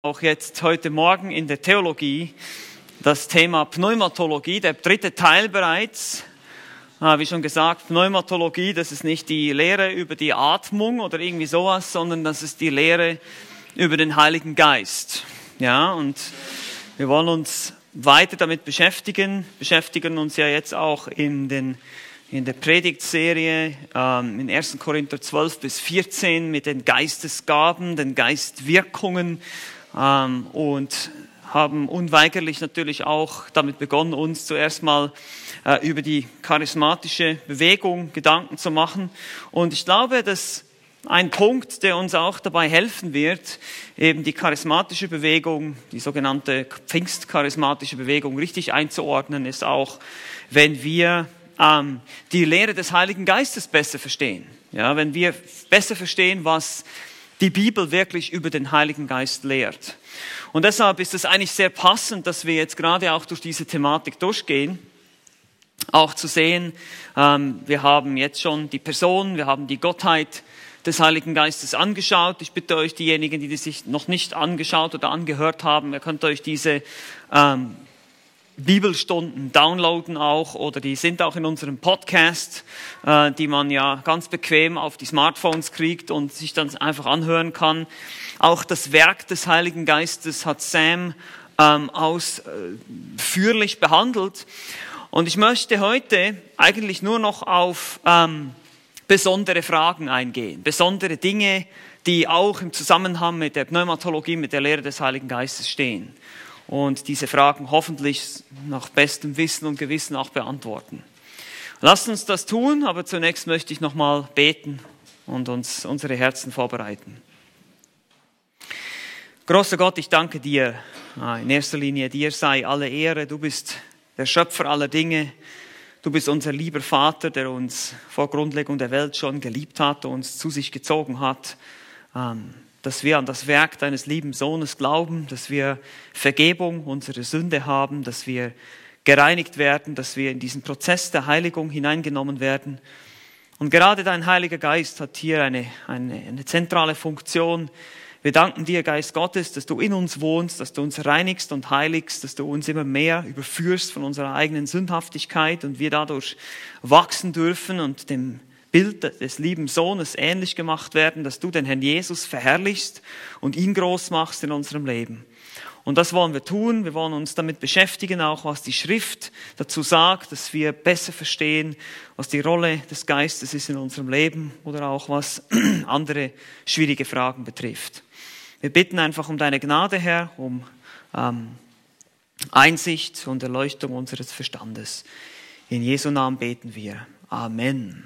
Auch jetzt heute Morgen in der Theologie das Thema Pneumatologie, der dritte Teil bereits. Wie schon gesagt, Pneumatologie, das ist nicht die Lehre über die Atmung oder irgendwie sowas, sondern das ist die Lehre über den Heiligen Geist. Ja, und wir wollen uns weiter damit beschäftigen uns ja jetzt auch in der Predigtserie in 1. Korinther 12 bis 14 mit den Geistesgaben, den Geistwirkungen und haben unweigerlich natürlich auch damit begonnen, uns zuerst mal über die charismatische Bewegung Gedanken zu machen. Und ich glaube, dass ein Punkt, der uns auch dabei helfen wird, eben die charismatische Bewegung, die sogenannte pfingstcharismatische Bewegung richtig einzuordnen, ist auch, wenn wir die Lehre des Heiligen Geistes besser verstehen. Ja, wenn wir besser verstehen, was die Bibel wirklich über den Heiligen Geist lehrt. Und deshalb ist es eigentlich sehr passend, dass wir jetzt gerade auch durch diese Thematik durchgehen, auch zu sehen, wir haben jetzt schon die Person, wir haben die Gottheit des Heiligen Geistes angeschaut. Ich bitte euch, diejenigen, die sich noch nicht angeschaut oder angehört haben, ihr könnt euch diese Bibelstunden downloaden auch, oder die sind auch in unserem Podcast, die man ja ganz bequem auf die Smartphones kriegt und sich dann einfach anhören kann. Auch das Werk des Heiligen Geistes hat Sam ausführlich behandelt. Und ich möchte heute eigentlich nur noch auf besondere Fragen eingehen, besondere Dinge, die auch im Zusammenhang mit der Pneumatologie, mit der Lehre des Heiligen Geistes stehen. Und diese Fragen hoffentlich nach bestem Wissen und Gewissen auch beantworten. Lasst uns das tun, aber zunächst möchte ich nochmal beten und uns unsere Herzen vorbereiten. Großer Gott, ich danke dir. In erster Linie dir sei alle Ehre. Du bist der Schöpfer aller Dinge. Du bist unser lieber Vater, der uns vor Grundlegung der Welt schon geliebt hat, uns zu sich gezogen hat. Dass wir an das Werk deines lieben Sohnes glauben, dass wir Vergebung unserer Sünde haben, dass wir gereinigt werden, dass wir in diesen Prozess der Heiligung hineingenommen werden. Und gerade dein Heiliger Geist hat hier eine zentrale Funktion. Wir danken dir, Geist Gottes, dass du in uns wohnst, dass du uns reinigst und heiligst, dass du uns immer mehr überführst von unserer eigenen Sündhaftigkeit und wir dadurch wachsen dürfen und dem Bild des lieben Sohnes ähnlich gemacht werden, dass du den Herrn Jesus verherrlichst und ihn groß machst in unserem Leben. Und das wollen wir tun. Wir wollen uns damit beschäftigen, auch was die Schrift dazu sagt, dass wir besser verstehen, was die Rolle des Geistes ist in unserem Leben oder auch was andere schwierige Fragen betrifft. Wir bitten einfach um deine Gnade, Herr, um Einsicht und Erleuchtung unseres Verstandes. In Jesu Namen beten wir. Amen.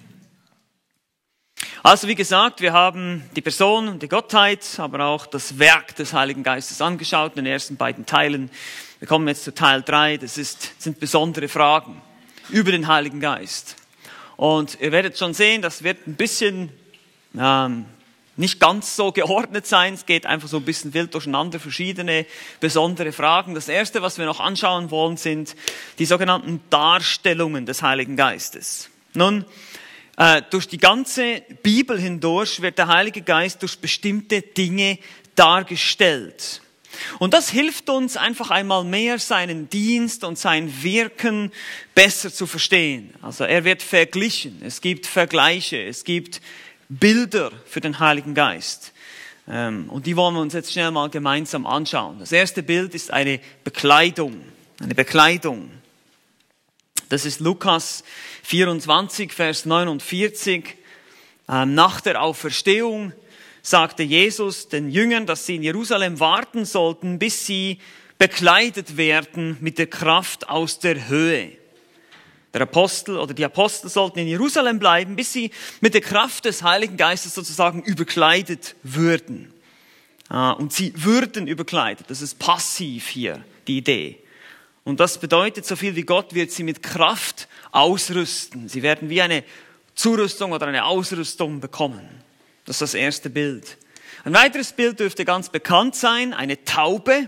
Also wie gesagt, wir haben die Person und die Gottheit, aber auch das Werk des Heiligen Geistes angeschaut in den ersten beiden Teilen. Wir kommen jetzt zu Teil 3, das sind besondere Fragen über den Heiligen Geist. Und ihr werdet schon sehen, das wird ein bisschen nicht ganz so geordnet sein, es geht einfach so ein bisschen wild durcheinander, verschiedene besondere Fragen. Das erste, was wir noch anschauen wollen, sind die sogenannten Darstellungen des Heiligen Geistes. Nun, durch die ganze Bibel hindurch wird der Heilige Geist durch bestimmte Dinge dargestellt. Und das hilft uns einfach einmal mehr, seinen Dienst und sein Wirken besser zu verstehen. Also er wird verglichen, es gibt Vergleiche, es gibt Bilder für den Heiligen Geist. Und die wollen wir uns jetzt schnell mal gemeinsam anschauen. Das erste Bild ist eine Bekleidung. Eine Bekleidung. Das ist Lukas 24, Vers 49. Nach der Auferstehung sagte Jesus den Jüngern, dass sie in Jerusalem warten sollten, bis sie bekleidet werden mit der Kraft aus der Höhe. Der Apostel oder die Apostel sollten in Jerusalem bleiben, bis sie mit der Kraft des Heiligen Geistes sozusagen überkleidet würden. Und sie würden überkleidet. Das ist passiv hier, die Idee. Und das bedeutet, so viel wie Gott wird sie mit Kraft ausrüsten. Sie werden wie eine Zurüstung oder eine Ausrüstung bekommen. Das ist das erste Bild. Ein weiteres Bild dürfte ganz bekannt sein, eine Taube.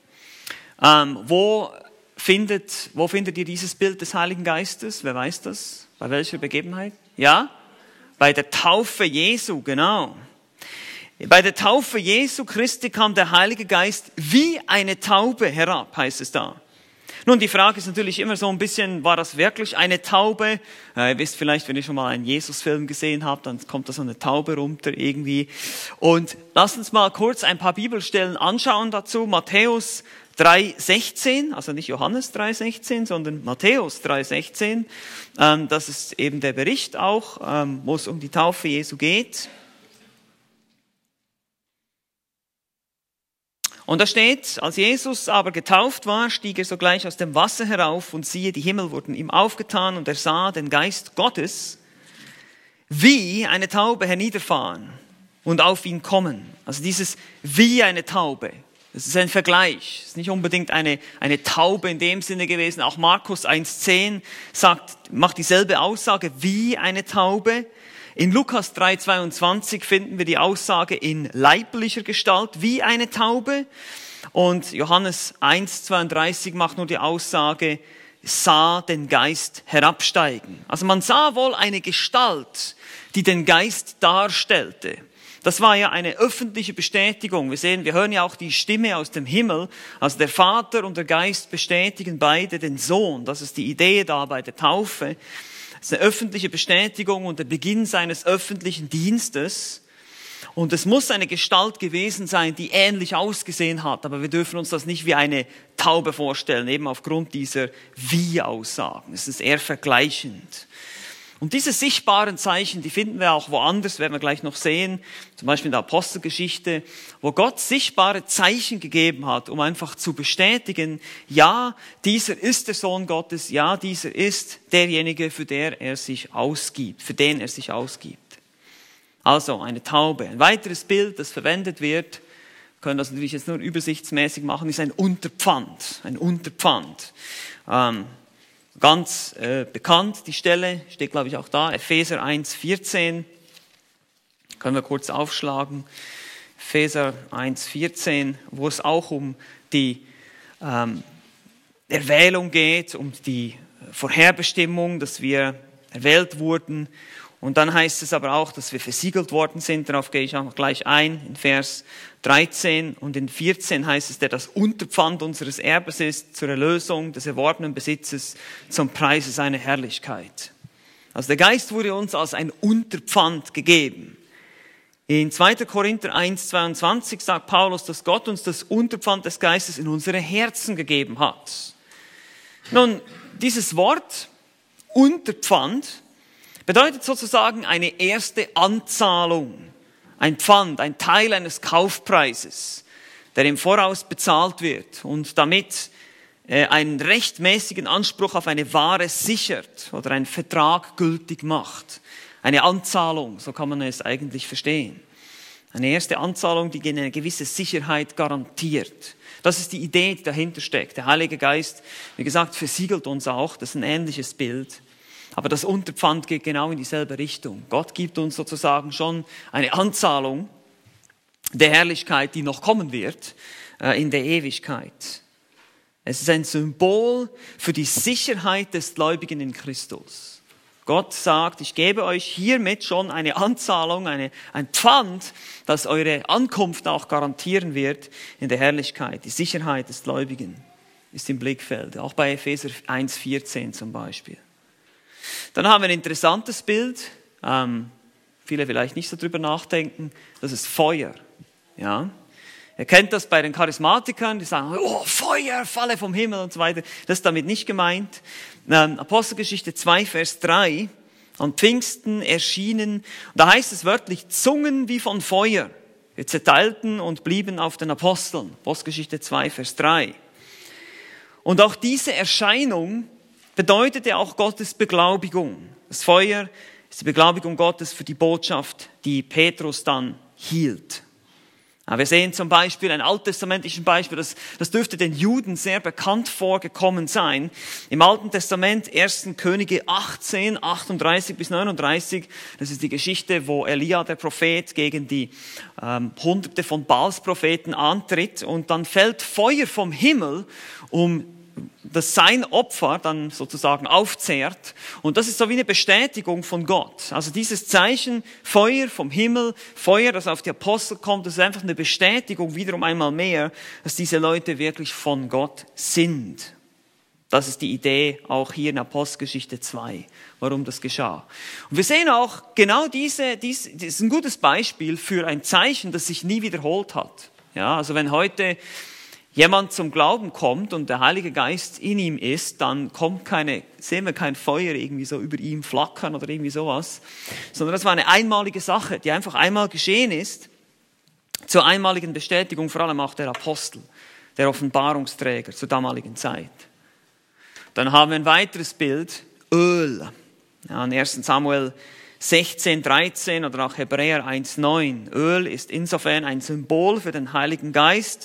Wo findet ihr dieses Bild des Heiligen Geistes? Wer weiß das? Bei welcher Begebenheit? Ja? Bei der Taufe Jesu, genau. Bei der Taufe Jesu Christi kam der Heilige Geist wie eine Taube herab, heißt es da. Nun, die Frage ist natürlich immer so ein bisschen, war das wirklich eine Taube? Ihr wisst vielleicht, wenn ihr schon mal einen Jesus-Film gesehen habt, dann kommt da so eine Taube runter irgendwie. Und lasst uns mal kurz ein paar Bibelstellen anschauen dazu. Matthäus 3,16, also nicht Johannes 3,16, sondern Matthäus 3,16. Das ist eben der Bericht auch, wo es um die Taufe Jesu geht. Und da steht, als Jesus aber getauft war, stieg er sogleich aus dem Wasser herauf und siehe, die Himmel wurden ihm aufgetan und er sah den Geist Gottes wie eine Taube herniederfahren und auf ihn kommen. Also dieses wie eine Taube, das ist ein Vergleich. Das ist nicht unbedingt eine Taube in dem Sinne gewesen. Auch Markus 1,10 macht dieselbe Aussage wie eine Taube. In Lukas 3,22 finden wir die Aussage in leiblicher Gestalt wie eine Taube. Und Johannes 1,32 macht nur die Aussage, sah den Geist herabsteigen. Also man sah wohl eine Gestalt, die den Geist darstellte. Das war ja eine öffentliche Bestätigung. Wir hören ja auch die Stimme aus dem Himmel. Also der Vater und der Geist bestätigen beide den Sohn. Das ist die Idee da bei der Taufe. Es ist eine öffentliche Bestätigung und der Beginn seines öffentlichen Dienstes. Und es muss eine Gestalt gewesen sein, die ähnlich ausgesehen hat. Aber wir dürfen uns das nicht wie eine Taube vorstellen, eben aufgrund dieser Wie-Aussagen. Es ist eher vergleichend. Und diese sichtbaren Zeichen, die finden wir auch woanders, werden wir gleich noch sehen, zum Beispiel in der Apostelgeschichte, wo Gott sichtbare Zeichen gegeben hat, um einfach zu bestätigen, ja, dieser ist der Sohn Gottes, ja, dieser ist derjenige, für den er sich ausgibt. Also eine Taube. Ein weiteres Bild, das verwendet wird, wir können das natürlich jetzt nur übersichtsmäßig machen, ist ein Unterpfand. Ganz bekannt, die Stelle, steht glaube ich auch da, Epheser 1,14, können wir kurz aufschlagen, Epheser 1,14, wo es auch um die Erwählung geht, um die Vorherbestimmung, dass wir erwählt wurden. Und dann heißt es aber auch, dass wir versiegelt worden sind, darauf gehe ich auch noch gleich ein, in Vers 13 und in 14 heißt es, der das Unterpfand unseres Erbes ist, zur Erlösung des erworbenen Besitzes, zum Preise seiner Herrlichkeit. Also der Geist wurde uns als ein Unterpfand gegeben. In 2. Korinther 1,22 sagt Paulus, dass Gott uns das Unterpfand des Geistes in unsere Herzen gegeben hat. Nun, dieses Wort Unterpfand bedeutet sozusagen eine erste Anzahlung, ein Pfand, ein Teil eines Kaufpreises, der im Voraus bezahlt wird und damit einen rechtmäßigen Anspruch auf eine Ware sichert oder einen Vertrag gültig macht. Eine Anzahlung, so kann man es eigentlich verstehen. Eine erste Anzahlung, die eine gewisse Sicherheit garantiert. Das ist die Idee, die dahinter steckt. Der Heilige Geist, wie gesagt, versiegelt uns auch, das ist ein ähnliches Bild. Aber das Unterpfand geht genau in dieselbe Richtung. Gott gibt uns sozusagen schon eine Anzahlung der Herrlichkeit, die noch kommen wird in der Ewigkeit. Es ist ein Symbol für die Sicherheit des Gläubigen in Christus. Gott sagt, ich gebe euch hiermit schon eine Anzahlung, ein Pfand, das eure Ankunft auch garantieren wird in der Herrlichkeit. Die Sicherheit des Gläubigen ist im Blickfeld, auch bei Epheser 1,14 zum Beispiel. Dann haben wir ein interessantes Bild, viele vielleicht nicht so drüber nachdenken, das ist Feuer. Ja? Ihr kennt das bei den Charismatikern, die sagen, oh, Feuer, falle vom Himmel und so weiter. Das ist damit nicht gemeint. Apostelgeschichte 2, Vers 3, an Pfingsten erschienen, und da heißt es wörtlich, Zungen wie von Feuer. Wir zerteilten und blieben auf den Aposteln. Apostelgeschichte 2, Vers 3. Und auch diese Erscheinung bedeutete auch Gottes Beglaubigung. Das Feuer ist die Beglaubigung Gottes für die Botschaft, die Petrus dann hielt. Wir sehen zum Beispiel ein alttestamentliches Beispiel, das dürfte den Juden sehr bekannt vorgekommen sein. Im Alten Testament 1. Könige 18, 38 bis 39, das ist die Geschichte, wo Elia, der Prophet, gegen die Hunderte von Baals-Propheten antritt und dann fällt Feuer vom Himmel, um das sein Opfer dann sozusagen aufzehrt. Und das ist so wie eine Bestätigung von Gott. Also dieses Zeichen, Feuer vom Himmel, Feuer, das auf die Apostel kommt, das ist einfach eine Bestätigung wiederum einmal mehr, dass diese Leute wirklich von Gott sind. Das ist die Idee auch hier in Apostelgeschichte 2, warum das geschah. Und wir sehen auch, genau das ist ein gutes Beispiel für ein Zeichen, das sich nie wiederholt hat. Ja, also wenn heute jemand zum Glauben kommt und der Heilige Geist in ihm ist, dann sehen wir kein Feuer irgendwie so über ihm flackern oder irgendwie sowas, sondern das war eine einmalige Sache, die einfach einmal geschehen ist, zur einmaligen Bestätigung vor allem auch der Apostel, der Offenbarungsträger zur damaligen Zeit. Dann haben wir ein weiteres Bild, Öl. Ja, in 1. Samuel 16, 13 oder auch Hebräer 1, 9. Öl ist insofern ein Symbol für den Heiligen Geist,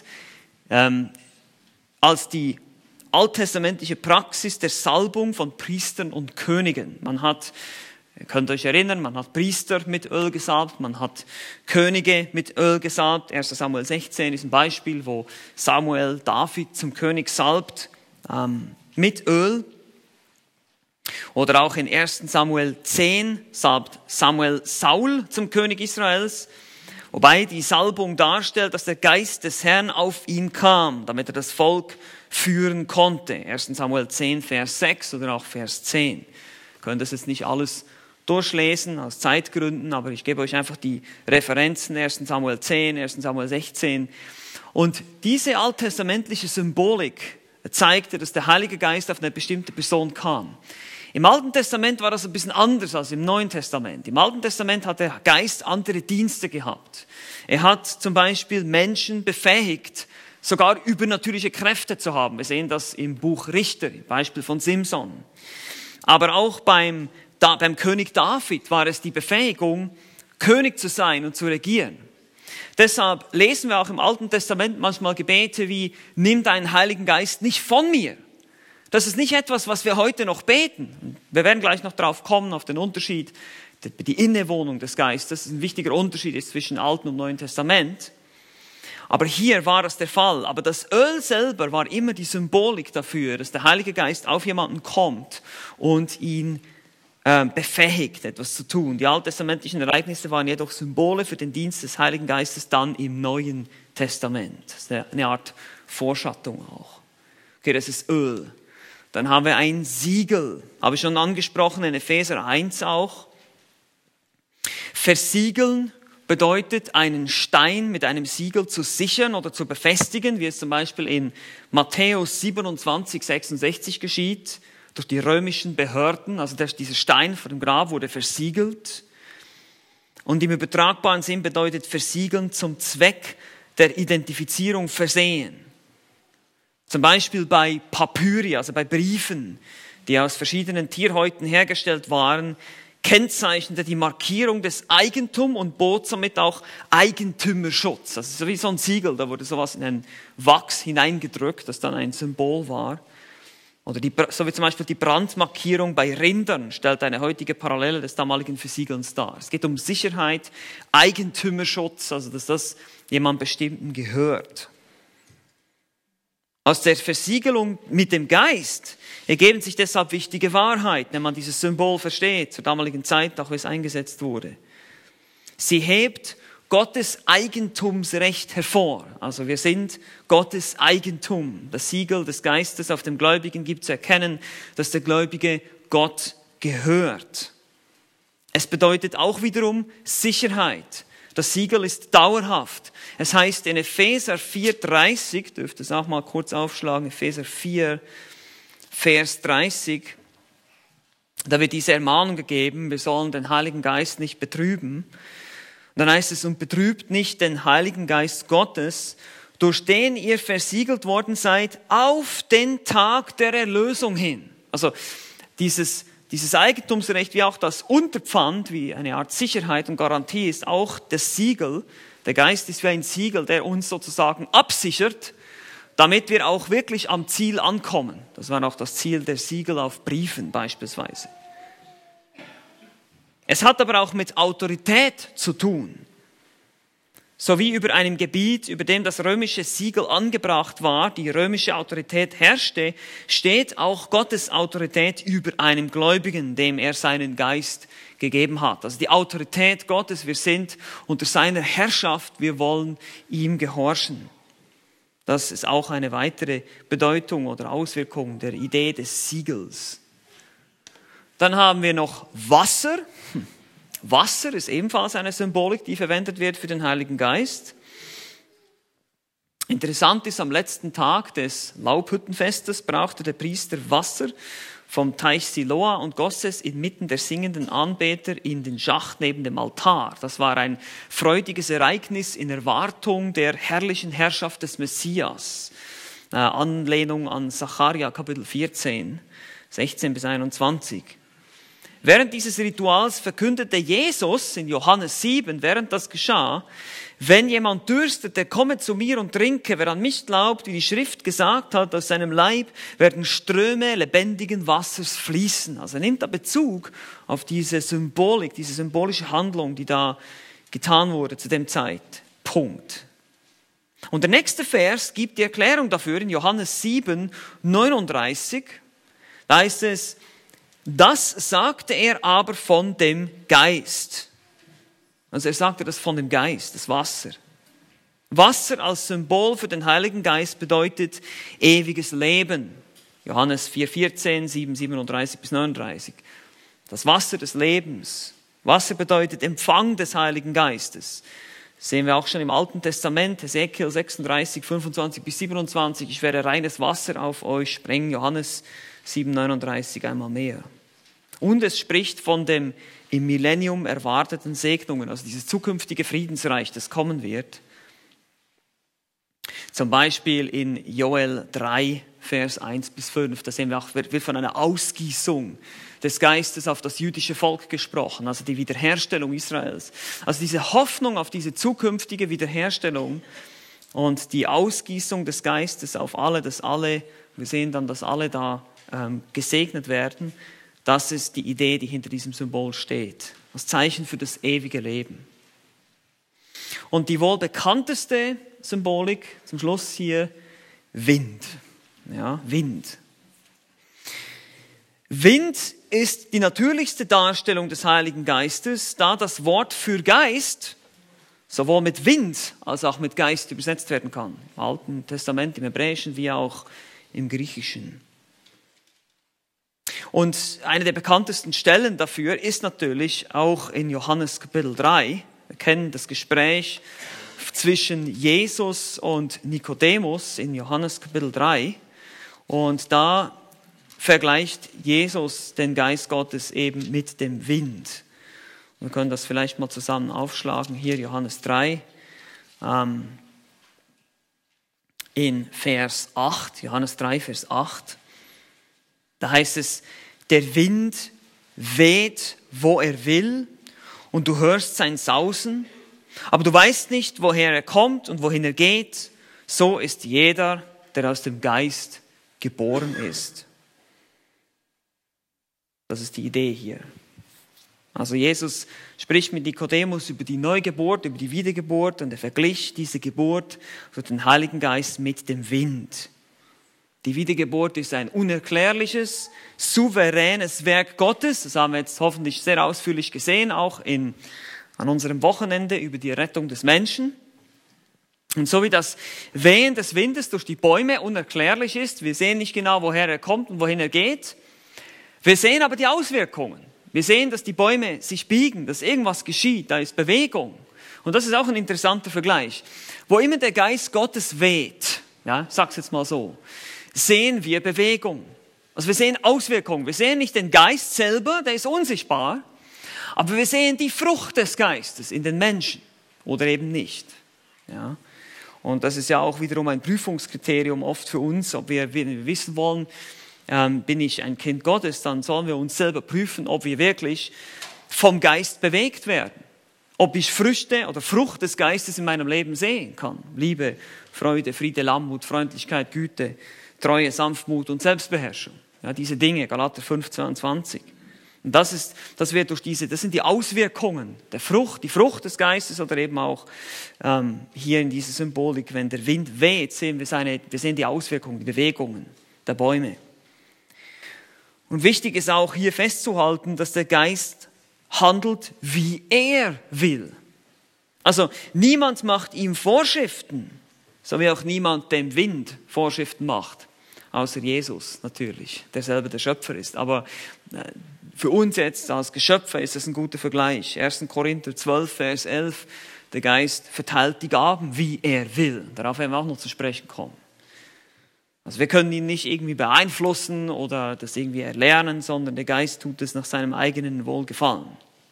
als die alttestamentliche Praxis der Salbung von Priestern und Königen. Ihr könnt euch erinnern, man hat Priester mit Öl gesalbt, man hat Könige mit Öl gesalbt. 1. Samuel 16 ist ein Beispiel, wo Samuel David zum König salbt, mit Öl. Oder auch in 1. Samuel 10 salbt Samuel Saul zum König Israels, wobei die Salbung darstellt, dass der Geist des Herrn auf ihn kam, damit er das Volk führen konnte. 1. Samuel 10, Vers 6 oder auch Vers 10. Ihr könnt das jetzt nicht alles durchlesen aus Zeitgründen, aber ich gebe euch einfach die Referenzen, 1. Samuel 10, 1. Samuel 16. Und diese alttestamentliche Symbolik zeigte, dass der Heilige Geist auf eine bestimmte Person kam. Im Alten Testament war das ein bisschen anders als im Neuen Testament. Im Alten Testament hat der Geist andere Dienste gehabt. Er hat zum Beispiel Menschen befähigt, sogar übernatürliche Kräfte zu haben. Wir sehen das im Buch Richter, im Beispiel von Simson. Aber auch beim König David war es die Befähigung, König zu sein und zu regieren. Deshalb lesen wir auch im Alten Testament manchmal Gebete wie, nimm deinen Heiligen Geist nicht von mir. Das ist nicht etwas, was wir heute noch beten. Wir werden gleich noch drauf kommen, auf den Unterschied, die Innewohnung des Geistes. Das ist ein wichtiger Unterschied ist zwischen Alten und Neuen Testament. Aber hier war das der Fall. Aber das Öl selber war immer die Symbolik dafür, dass der Heilige Geist auf jemanden kommt und ihn befähigt, etwas zu tun. Die alttestamentlichen Ereignisse waren jedoch Symbole für den Dienst des Heiligen Geistes dann im Neuen Testament. Das ist eine Art Vorschattung auch. Okay, das ist Öl. Dann haben wir ein Siegel. Habe ich schon angesprochen, in Epheser 1 auch. Versiegeln bedeutet, einen Stein mit einem Siegel zu sichern oder zu befestigen, wie es zum Beispiel in Matthäus 27, 66 geschieht. Durch die römischen Behörden, also dieser Stein vor dem Grab wurde versiegelt. Und im übertragbaren Sinn bedeutet versiegeln zum Zweck der Identifizierung versehen. Zum Beispiel bei Papyri, also bei Briefen, die aus verschiedenen Tierhäuten hergestellt waren, kennzeichnete die Markierung des Eigentums und bot somit auch Eigentümerschutz. Das ist wie so ein Siegel, da wurde sowas in ein Wachs hineingedrückt, das dann ein Symbol war. Oder so wie zum Beispiel die Brandmarkierung bei Rindern stellt eine heutige Parallele des damaligen Versiegelns dar. Es geht um Sicherheit, Eigentümerschutz, also dass das jemand Bestimmten gehört. Aus der Versiegelung mit dem Geist ergeben sich deshalb wichtige Wahrheiten, wenn man dieses Symbol versteht, zur damaligen Zeit, auch wie es eingesetzt wurde. Sie hebt Gottes Eigentumsrecht hervor. Also wir sind Gottes Eigentum. Das Siegel des Geistes auf dem Gläubigen gibt zu erkennen, dass der Gläubige Gott gehört. Es bedeutet auch wiederum Sicherheit. Das Siegel ist dauerhaft. Es heißt in Epheser 4,30, dürft ihr es auch mal kurz aufschlagen, Epheser 4, Vers 30, da wird diese Ermahnung gegeben, wir sollen den Heiligen Geist nicht betrüben. Und dann heißt es, und betrübt nicht den Heiligen Geist Gottes, durch den ihr versiegelt worden seid, auf den Tag der Erlösung hin. Also dieses Eigentumsrecht, wie auch das Unterpfand, wie eine Art Sicherheit und Garantie ist, auch das Siegel. Der Geist ist wie ein Siegel, der uns sozusagen absichert, damit wir auch wirklich am Ziel ankommen. Das war auch das Ziel der Siegel auf Briefen beispielsweise. Es hat aber auch mit Autorität zu tun. sowie über einem Gebiet, über dem das römische Siegel angebracht war, die römische Autorität herrschte, steht auch Gottes Autorität über einem Gläubigen, dem er seinen Geist gegeben hat. Also die Autorität Gottes, wir sind unter seiner Herrschaft, wir wollen ihm gehorchen. Das ist auch eine weitere Bedeutung oder Auswirkung der Idee des Siegels. Dann haben wir noch Wasser. Wasser ist ebenfalls eine Symbolik, die verwendet wird für den Heiligen Geist. Interessant ist, am letzten Tag des Laubhüttenfestes brauchte der Priester Wasser vom Teich Siloa und goss es inmitten der singenden Anbeter in den Schacht neben dem Altar. Das war ein freudiges Ereignis in Erwartung der herrlichen Herrschaft des Messias. Anlehnung an Sacharja Kapitel 14, 16 bis 21. Während dieses Rituals verkündete Jesus in Johannes 7, während das geschah, wenn jemand dürstet, der komme zu mir und trinke. Wer an mich glaubt, wie die Schrift gesagt hat, aus seinem Leib werden Ströme lebendigen Wassers fließen. Also er nimmt da Bezug auf diese Symbolik, diese symbolische Handlung, die da getan wurde zu dem Zeitpunkt. Und der nächste Vers gibt die Erklärung dafür in Johannes 7, 39. Da heißt es, das sagte er aber von dem Geist. Also er sagte das von dem Geist, das Wasser. Wasser als Symbol für den Heiligen Geist bedeutet ewiges Leben. Johannes 4,14, 7,37 bis 39. Das Wasser des Lebens. Wasser bedeutet Empfang des Heiligen Geistes. Das sehen wir auch schon im Alten Testament, Hesekiel 36, 25 bis 27. Ich werde reines Wasser auf euch sprengen. Johannes 7,39 einmal mehr. Und es spricht von dem im Millennium erwarteten Segnungen, also dieses zukünftige Friedensreich, das kommen wird. Zum Beispiel in Joel 3, Vers 1 bis 5, da sehen wir auch, wird von einer Ausgießung des Geistes auf das jüdische Volk gesprochen, also die Wiederherstellung Israels. Also diese Hoffnung auf diese zukünftige Wiederherstellung und die Ausgießung des Geistes auf alle, wir sehen dann, dass alle da gesegnet werden. Das ist die Idee, die hinter diesem Symbol steht. Als Zeichen für das ewige Leben. Und die wohl bekannteste Symbolik, zum Schluss hier, Wind. Ja, Wind. Wind ist die natürlichste Darstellung des Heiligen Geistes, da das Wort für Geist sowohl mit Wind als auch mit Geist übersetzt werden kann. Im Alten Testament, im Hebräischen wie auch im Griechischen. Und eine der bekanntesten Stellen dafür ist natürlich auch in Johannes Kapitel 3. Wir kennen das Gespräch zwischen Jesus und Nikodemus in Johannes Kapitel 3. Und da vergleicht Jesus den Geist Gottes eben mit dem Wind. Wir können das vielleicht mal zusammen aufschlagen. Hier Johannes 3 in Vers 8. Johannes 3, Vers 8. Da heißt es, der Wind weht, wo er will, und du hörst sein Sausen, aber du weißt nicht, woher er kommt und wohin er geht. So ist jeder, der aus dem Geist geboren ist. Das ist die Idee hier. Also Jesus spricht mit Nikodemus über die Neugeburt, über die Wiedergeburt, und er verglich diese Geburt durch den Heiligen Geist mit dem Wind. Die Wiedergeburt ist ein unerklärliches, souveränes Werk Gottes. Das haben wir jetzt hoffentlich sehr ausführlich gesehen, auch an unserem Wochenende über die Rettung des Menschen. Und so wie das Wehen des Windes durch die Bäume unerklärlich ist, wir sehen nicht genau, woher er kommt und wohin er geht. Wir sehen aber die Auswirkungen. Wir sehen, dass die Bäume sich biegen, dass irgendwas geschieht, da ist Bewegung. Und das ist auch ein interessanter Vergleich. Wo immer der Geist Gottes weht, ja, ich sag's jetzt mal so, sehen wir Bewegung. Also wir sehen Auswirkungen. Wir sehen nicht den Geist selber, der ist unsichtbar, aber wir sehen die Frucht des Geistes in den Menschen oder eben nicht. Ja. Und das ist ja auch wiederum ein Prüfungskriterium oft für uns, ob wir wissen wollen, bin ich ein Kind Gottes, dann sollen wir uns selber prüfen, ob wir wirklich vom Geist bewegt werden. Ob ich Früchte oder Frucht des Geistes in meinem Leben sehen kann. Liebe, Freude, Friede, Langmut, Freundlichkeit, Güte, Treue, Sanftmut und Selbstbeherrschung. Ja, diese Dinge, Galater 5, 22. Und das sind die Auswirkungen der Frucht, die Frucht des Geistes oder eben auch hier in dieser Symbolik, wenn der Wind weht, sehen wir sehen die Auswirkungen, die Bewegungen der Bäume. Und wichtig ist auch hier festzuhalten, dass der Geist handelt, wie er will. Also niemand macht ihm Vorschriften, so wie auch niemand dem Wind Vorschriften macht, außer Jesus natürlich, der selber der Schöpfer ist. Aber für uns jetzt als Geschöpfe ist das ein guter Vergleich. 1. Korinther 12, Vers 11, der Geist verteilt die Gaben, wie er will. Darauf werden wir auch noch zu sprechen kommen. Also wir können ihn nicht irgendwie beeinflussen oder das irgendwie erlernen, sondern der Geist tut es nach seinem eigenen Wohlgefallen.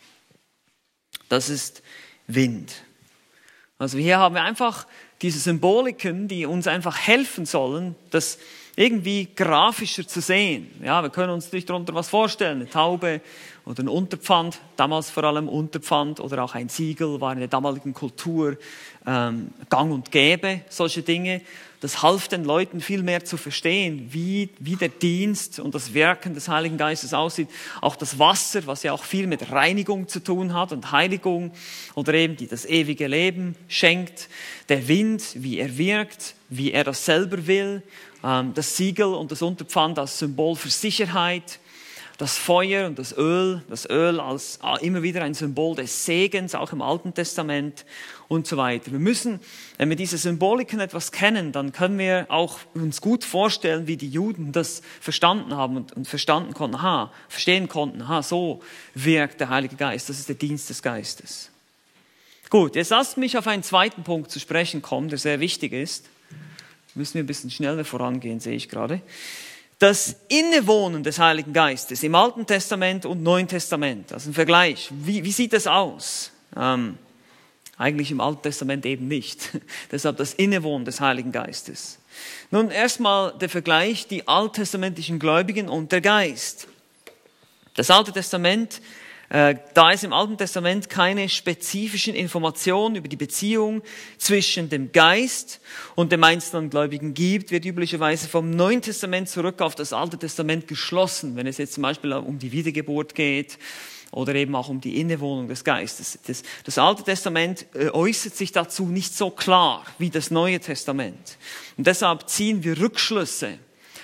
Das ist Wind. Also hier haben wir einfach diese Symboliken, die uns einfach helfen sollen, das irgendwie grafischer zu sehen. Ja, wir können uns nicht darunter was vorstellen. Eine Taube oder ein Unterpfand, damals vor allem Unterpfand oder auch ein Siegel war in der damaligen Kultur gang und gäbe, solche Dinge. Das half den Leuten viel mehr zu verstehen, wie der Dienst und das Wirken des Heiligen Geistes aussieht. Auch das Wasser, was ja auch viel mit Reinigung zu tun hat und Heiligung oder eben die das ewige Leben schenkt. Der Wind, wie er wirkt, wie er das selber will. Das Siegel und das Unterpfand als Symbol für Sicherheit. Das Feuer und das Öl als immer wieder ein Symbol des Segens, auch im Alten Testament und so weiter. Wir müssen, wenn wir diese Symboliken etwas kennen, dann können wir auch uns gut vorstellen, wie die Juden das verstanden haben und verstehen konnten, so wirkt der Heilige Geist, das ist der Dienst des Geistes. Gut, jetzt lasst mich auf einen zweiten Punkt zu sprechen kommen, der sehr wichtig ist. Müssen wir ein bisschen schneller vorangehen, sehe ich gerade. Das Innewohnen des Heiligen Geistes im Alten Testament und Neuen Testament, also ein Vergleich. Wie sieht das aus? Eigentlich im Alten Testament eben nicht. Deshalb das Innewohnen des Heiligen Geistes. Nun erstmal der Vergleich, die alttestamentlichen Gläubigen und der Geist. Das Alte Testament, da es im Alten Testament keine spezifischen Informationen über die Beziehung zwischen dem Geist und dem einzelnen Gläubigen gibt, wird üblicherweise vom Neuen Testament zurück auf das Alte Testament geschlossen, wenn es jetzt zum Beispiel um die Wiedergeburt geht oder eben auch um die Innewohnung des Geistes. Das Alte Testament äußert sich dazu nicht so klar wie das Neue Testament. Und deshalb ziehen wir Rückschlüsse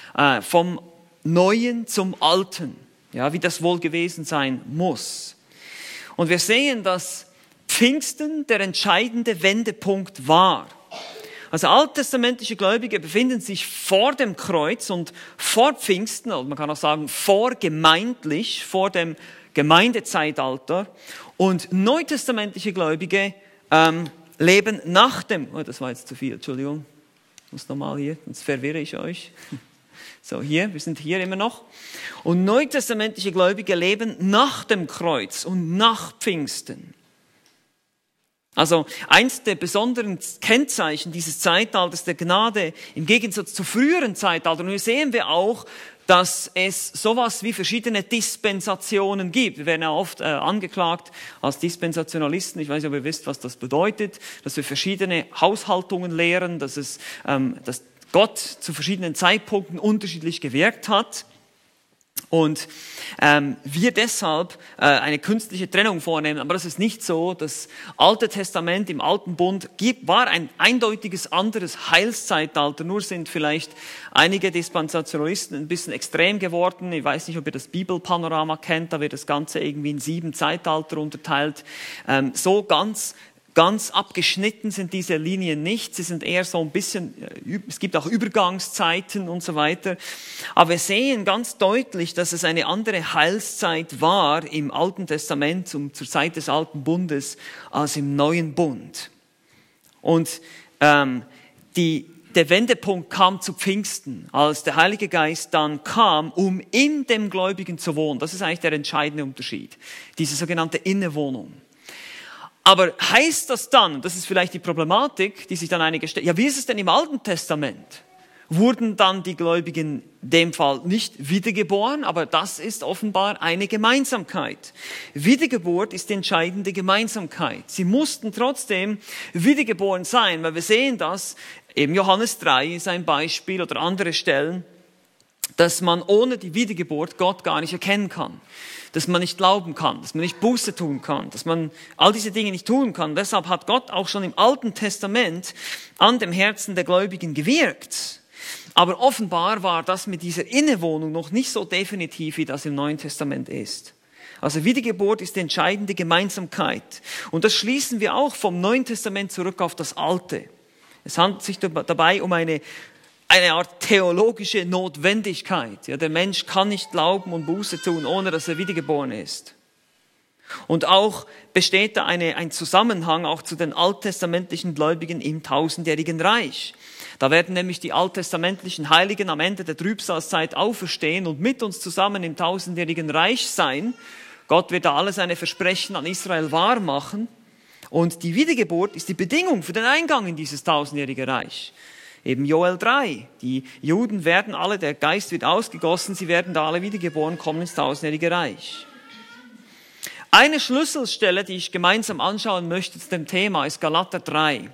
vom Neuen zum Alten. Ja, wie das wohl gewesen sein muss. Und wir sehen, dass Pfingsten der entscheidende Wendepunkt war. Also alttestamentliche Gläubige befinden sich vor dem Kreuz und vor Pfingsten, oder man kann auch sagen vorgemeindlich, vor dem Gemeindezeitalter. Und neutestamentliche Gläubige leben nach dem, das war jetzt zu viel, Entschuldigung, ich muss nochmal hier, sonst verwirre ich euch. So, wir sind hier immer noch. Und neutestamentliche Gläubige leben nach dem Kreuz und nach Pfingsten. Also eins der besonderen Kennzeichen dieses Zeitalters der Gnade im Gegensatz zu früheren Zeitaltern, und hier sehen wir auch, dass es sowas wie verschiedene Dispensationen gibt. Wir werden ja oft angeklagt als Dispensationalisten. Ich weiß nicht, ob ihr wisst, was das bedeutet, dass wir verschiedene Haushaltungen lehren, dass Gott zu verschiedenen Zeitpunkten unterschiedlich gewirkt hat und wir deshalb eine künstliche Trennung vornehmen. Aber das ist nicht so. Das Alte Testament im Alten Bund war ein eindeutiges anderes Heilszeitalter. Nur sind vielleicht einige Dispensationalisten ein bisschen extrem geworden. Ich weiß nicht, ob ihr das Bibelpanorama kennt. Da wird das Ganze irgendwie in 7 Zeitalter unterteilt. So ganz abgeschnitten sind diese Linien nicht. Sie sind eher so ein bisschen, es gibt auch Übergangszeiten und so weiter. Aber wir sehen ganz deutlich, dass es eine andere Heilszeit war im Alten Testament zur Zeit des Alten Bundes als im Neuen Bund. Und der Wendepunkt kam zu Pfingsten, als der Heilige Geist dann kam, um in dem Gläubigen zu wohnen. Das ist eigentlich der entscheidende Unterschied. Diese sogenannte Innewohnung. Aber heißt das dann, und das ist vielleicht die Problematik, die sich dann einige stellen, ja, wie ist es denn im Alten Testament? Wurden dann die Gläubigen in dem Fall nicht wiedergeboren, aber das ist offenbar eine Gemeinsamkeit. Wiedergeburt ist die entscheidende Gemeinsamkeit. Sie mussten trotzdem wiedergeboren sein, weil wir sehen das, eben Johannes 3 ist ein Beispiel oder andere Stellen, dass man ohne die Wiedergeburt Gott gar nicht erkennen kann, dass man nicht glauben kann, dass man nicht Buße tun kann, dass man all diese Dinge nicht tun kann. Deshalb hat Gott auch schon im Alten Testament an dem Herzen der Gläubigen gewirkt. Aber offenbar war das mit dieser Innewohnung noch nicht so definitiv, wie das im Neuen Testament ist. Also Wiedergeburt ist die entscheidende Gemeinsamkeit. Und das schließen wir auch vom Neuen Testament zurück auf das Alte. Es handelt sich dabei um eine Art theologische Notwendigkeit. Ja, der Mensch kann nicht glauben und Buße tun, ohne dass er wiedergeboren ist. Und auch besteht da ein Zusammenhang auch zu den alttestamentlichen Gläubigen im tausendjährigen Reich. Da werden nämlich die alttestamentlichen Heiligen am Ende der Trübsalzeit auferstehen und mit uns zusammen im tausendjährigen Reich sein. Gott wird da alle seine Versprechen an Israel wahr machen. Und die Wiedergeburt ist die Bedingung für den Eingang in dieses tausendjährige Reich. Eben Joel 3. Die Juden werden alle, der Geist wird ausgegossen, sie werden da alle wiedergeboren, kommen ins tausendjährige Reich. Eine Schlüsselstelle, die ich gemeinsam anschauen möchte zu dem Thema, ist Galater 3,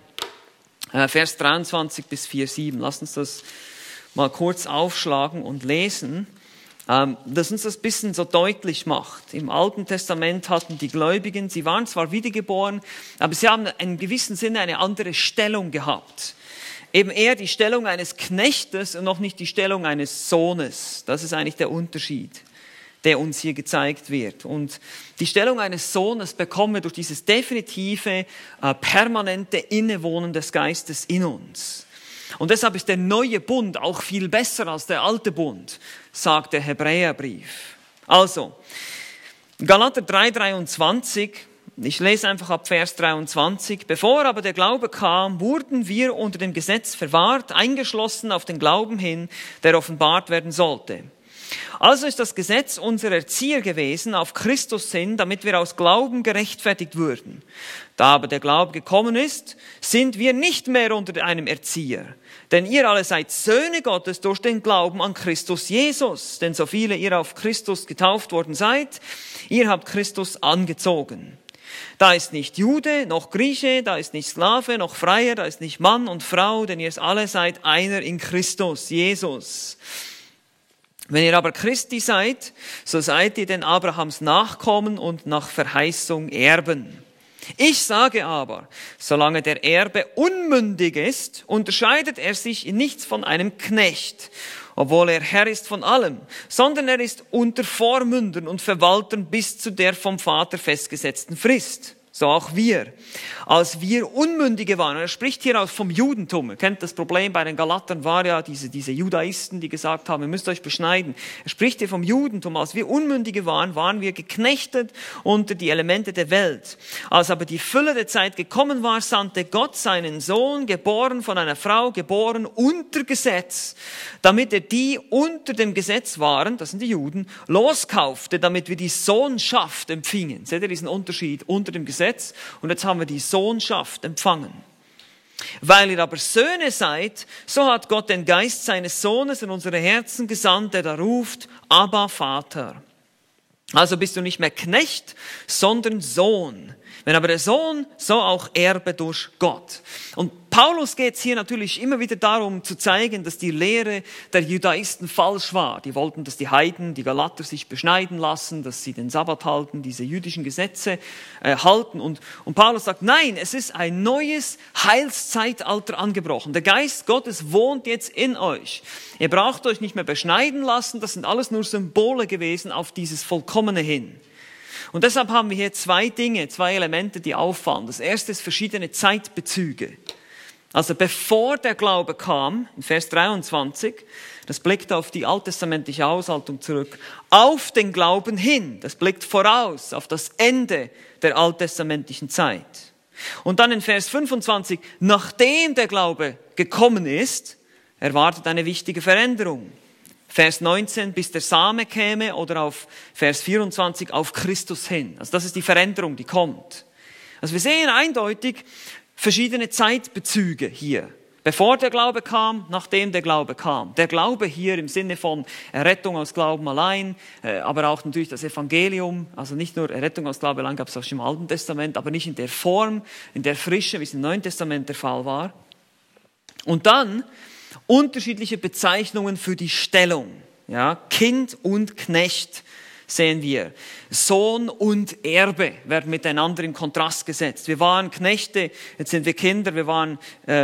Vers 23 bis 4,7. Lasst uns das mal kurz aufschlagen und lesen, dass uns das ein bisschen so deutlich macht. Im Alten Testament hatten die Gläubigen, sie waren zwar wiedergeboren, aber sie haben in gewissem Sinne eine andere Stellung gehabt. Eben eher die Stellung eines Knechtes und noch nicht die Stellung eines Sohnes. Das ist eigentlich der Unterschied, der uns hier gezeigt wird. Und die Stellung eines Sohnes bekommen wir durch dieses definitive, permanente Innewohnen des Geistes in uns. Und deshalb ist der neue Bund auch viel besser als der alte Bund, sagt der Hebräerbrief. Also, Galater 3,23, ich lese einfach ab Vers 23. Bevor aber der Glaube kam, wurden wir unter dem Gesetz verwahrt, eingeschlossen auf den Glauben hin, der offenbart werden sollte. Also ist das Gesetz unser Erzieher gewesen auf Christus hin, damit wir aus Glauben gerechtfertigt würden. Da aber der Glaube gekommen ist, sind wir nicht mehr unter einem Erzieher. Denn ihr alle seid Söhne Gottes durch den Glauben an Christus Jesus. Denn so viele ihr auf Christus getauft worden seid, ihr habt Christus angezogen. Da ist nicht Jude, noch Grieche, da ist nicht Sklave, noch Freier, da ist nicht Mann und Frau, denn ihr alle seid einer in Christus, Jesus. Wenn ihr aber Christi seid, so seid ihr den Abrahams Nachkommen und nach Verheißung Erben. Ich sage aber, solange der Erbe unmündig ist, unterscheidet er sich in nichts von einem Knecht, obwohl er Herr ist von allem, sondern er ist unter Vormündern und Verwaltern bis zu der vom Vater festgesetzten Frist. So auch wir. Als wir Unmündige waren, er spricht hier auch vom Judentum. Ihr kennt das Problem bei den Galatern, war ja diese Judaisten, die gesagt haben, ihr müsst euch beschneiden. Er spricht hier vom Judentum. Als wir Unmündige waren, waren wir geknechtet unter die Elemente der Welt. Als aber die Fülle der Zeit gekommen war, sandte Gott seinen Sohn, geboren von einer Frau, geboren unter Gesetz, damit er die unter dem Gesetz waren, das sind die Juden, loskaufte, damit wir die Sohnschaft empfingen. Seht ihr diesen Unterschied unter dem Gesetz? Und jetzt haben wir die Sohnschaft empfangen. Weil ihr aber Söhne seid, so hat Gott den Geist seines Sohnes in unsere Herzen gesandt, der da ruft, Abba, Vater. Also bist du nicht mehr Knecht, sondern Sohn. Wenn aber der Sohn, so auch Erbe durch Gott. Und Paulus geht es hier natürlich immer wieder darum zu zeigen, dass die Lehre der Judaisten falsch war. Die wollten, dass die Heiden, die Galater sich beschneiden lassen, dass sie den Sabbat halten, diese jüdischen Gesetze halten. Und Paulus sagt, nein, es ist ein neues Heilszeitalter angebrochen. Der Geist Gottes wohnt jetzt in euch. Ihr braucht euch nicht mehr beschneiden lassen, das sind alles nur Symbole gewesen auf dieses Vollkommene hin. Und deshalb haben wir hier zwei Elemente, die auffallen. Das erste ist verschiedene Zeitbezüge. Also bevor der Glaube kam, in Vers 23, das blickt auf die alttestamentliche Haushaltung zurück, auf den Glauben hin, das blickt voraus auf das Ende der alttestamentlichen Zeit. Und dann in Vers 25, nachdem der Glaube gekommen ist, erwartet eine wichtige Veränderung. Vers 19, bis der Same käme, oder auf Vers 24, auf Christus hin. Also das ist die Veränderung, die kommt. Also wir sehen eindeutig verschiedene Zeitbezüge hier. Bevor der Glaube kam, nachdem der Glaube kam. Der Glaube hier im Sinne von Errettung aus Glauben allein, aber auch natürlich das Evangelium. Also nicht nur Errettung aus Glauben allein gab es auch schon im Alten Testament, aber nicht in der Form, in der Frische, wie es im Neuen Testament der Fall war. Und dann unterschiedliche Bezeichnungen für die Stellung. Ja, Kind und Knecht sehen wir. Sohn und Erbe werden miteinander in Kontrast gesetzt. Wir waren Knechte, jetzt sind wir Kinder, wir waren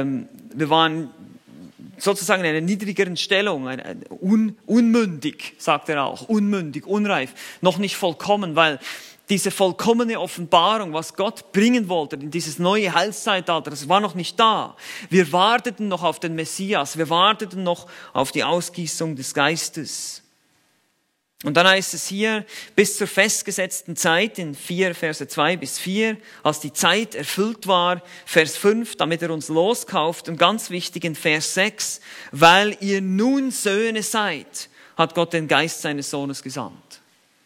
sozusagen in einer niedrigeren Stellung, unmündig, sagt er auch, unmündig, unreif, noch nicht vollkommen, weil diese vollkommene Offenbarung, was Gott bringen wollte in dieses neue Heilszeitalter, das war noch nicht da. Wir warteten noch auf den Messias, wir warteten noch auf die Ausgießung des Geistes. Und dann heißt es hier, bis zur festgesetzten Zeit, in 4, Verse 2 bis 4, als die Zeit erfüllt war, Vers 5, damit er uns loskauft, und ganz wichtig in Vers 6, weil ihr nun Söhne seid, hat Gott den Geist seines Sohnes gesandt.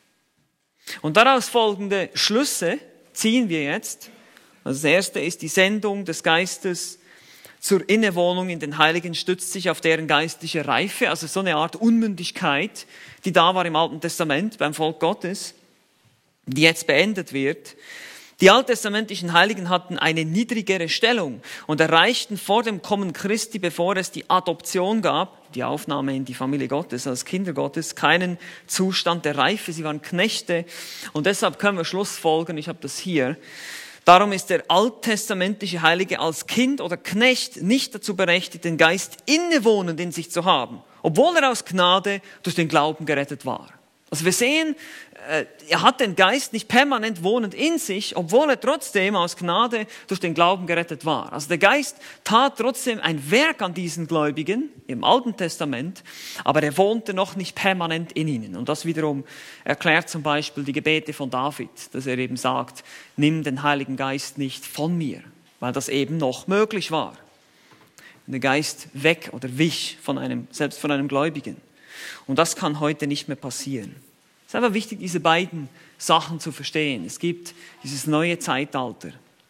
Und daraus folgende Schlüsse ziehen wir jetzt. Also das erste ist die Sendung des Geistes zur Innewohnung in den Heiligen, stützt sich auf deren geistliche Reife, also so eine Art Unmündigkeit, die da war im Alten Testament beim Volk Gottes, die jetzt beendet wird. Die alttestamentlichen Heiligen hatten eine niedrigere Stellung und erreichten vor dem Kommen Christi, bevor es die Adoption gab, die Aufnahme in die Familie Gottes als Kinder Gottes, keinen Zustand der Reife. Sie waren Knechte und deshalb können wir schlussfolgern, ich habe das hier, darum ist der alttestamentliche Heilige als Kind oder Knecht nicht dazu berechtigt, den Geist innewohnend in sich zu haben, obwohl er aus Gnade durch den Glauben gerettet war. Also wir sehen, er hat den Geist nicht permanent wohnend in sich, obwohl er trotzdem aus Gnade durch den Glauben gerettet war. Also der Geist tat trotzdem ein Werk an diesen Gläubigen im Alten Testament, aber er wohnte noch nicht permanent in ihnen. Und das wiederum erklärt zum Beispiel die Gebete von David, dass er eben sagt, nimm den Heiligen Geist nicht von mir, weil das eben noch möglich war. Der Geist weg oder wich selbst von einem Gläubigen. Und das kann heute nicht mehr passieren. Es ist einfach wichtig, diese beiden Sachen zu verstehen. Es gibt dieses neue Zeitalter.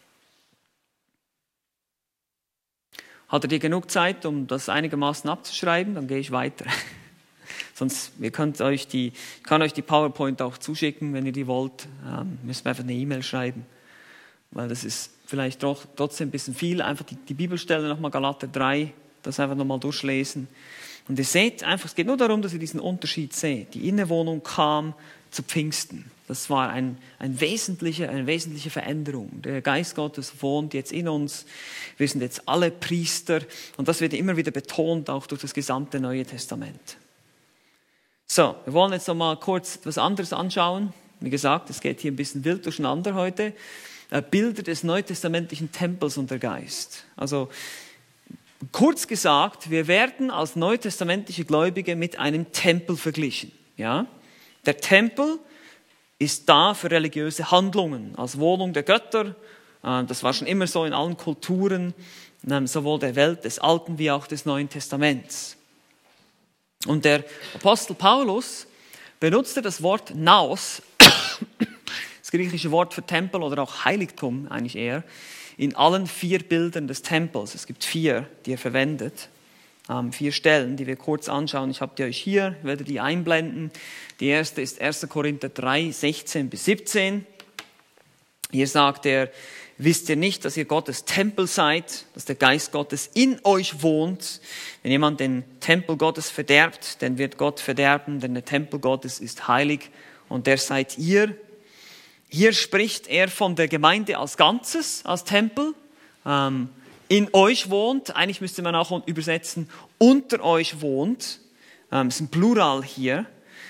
Hattet ihr genug Zeit, um das einigermaßen abzuschreiben? Dann gehe ich weiter. Sonst, ich kann euch die PowerPoint auch zuschicken, wenn ihr die wollt. Müsst ihr einfach eine E-Mail schreiben. Weil das ist vielleicht trotzdem ein bisschen viel. Einfach die Bibelstelle nochmal, Galater 3, das einfach nochmal durchlesen. Und ihr seht einfach, es geht nur darum, dass ihr diesen Unterschied seht. Die Innewohnung kam zu Pfingsten. Das war eine wesentliche Veränderung. Der Geist Gottes wohnt jetzt in uns. Wir sind jetzt alle Priester. Und das wird immer wieder betont, auch durch das gesamte Neue Testament. So, wir wollen jetzt noch mal kurz etwas anderes anschauen. Wie gesagt, es geht hier ein bisschen wild durcheinander heute. Bilder des neutestamentlichen Tempels und der Geist. Also, kurz gesagt, wir werden als neutestamentliche Gläubige mit einem Tempel verglichen. Ja? Der Tempel ist da für religiöse Handlungen, als Wohnung der Götter. Das war schon immer so in allen Kulturen, sowohl der Welt des Alten wie auch des Neuen Testaments. Und der Apostel Paulus benutzte das Wort Naos, das griechische Wort für Tempel oder auch Heiligtum eigentlich eher, in allen 4 Bildern des Tempels. Es gibt 4, die er verwendet. 4 Stellen, die wir kurz anschauen. Ich habe die euch hier, ich werde die einblenden. Die erste ist 1. Korinther 3, 16 bis 17. Hier sagt er, wisst ihr nicht, dass ihr Gottes Tempel seid, dass der Geist Gottes in euch wohnt? Wenn jemand den Tempel Gottes verderbt, dann wird Gott verderben, denn der Tempel Gottes ist heilig und der seid ihr. Hier spricht er von der Gemeinde als Ganzes, als Tempel. In euch wohnt, eigentlich müsste man auch übersetzen, unter euch wohnt. Es ist ein Plural hier.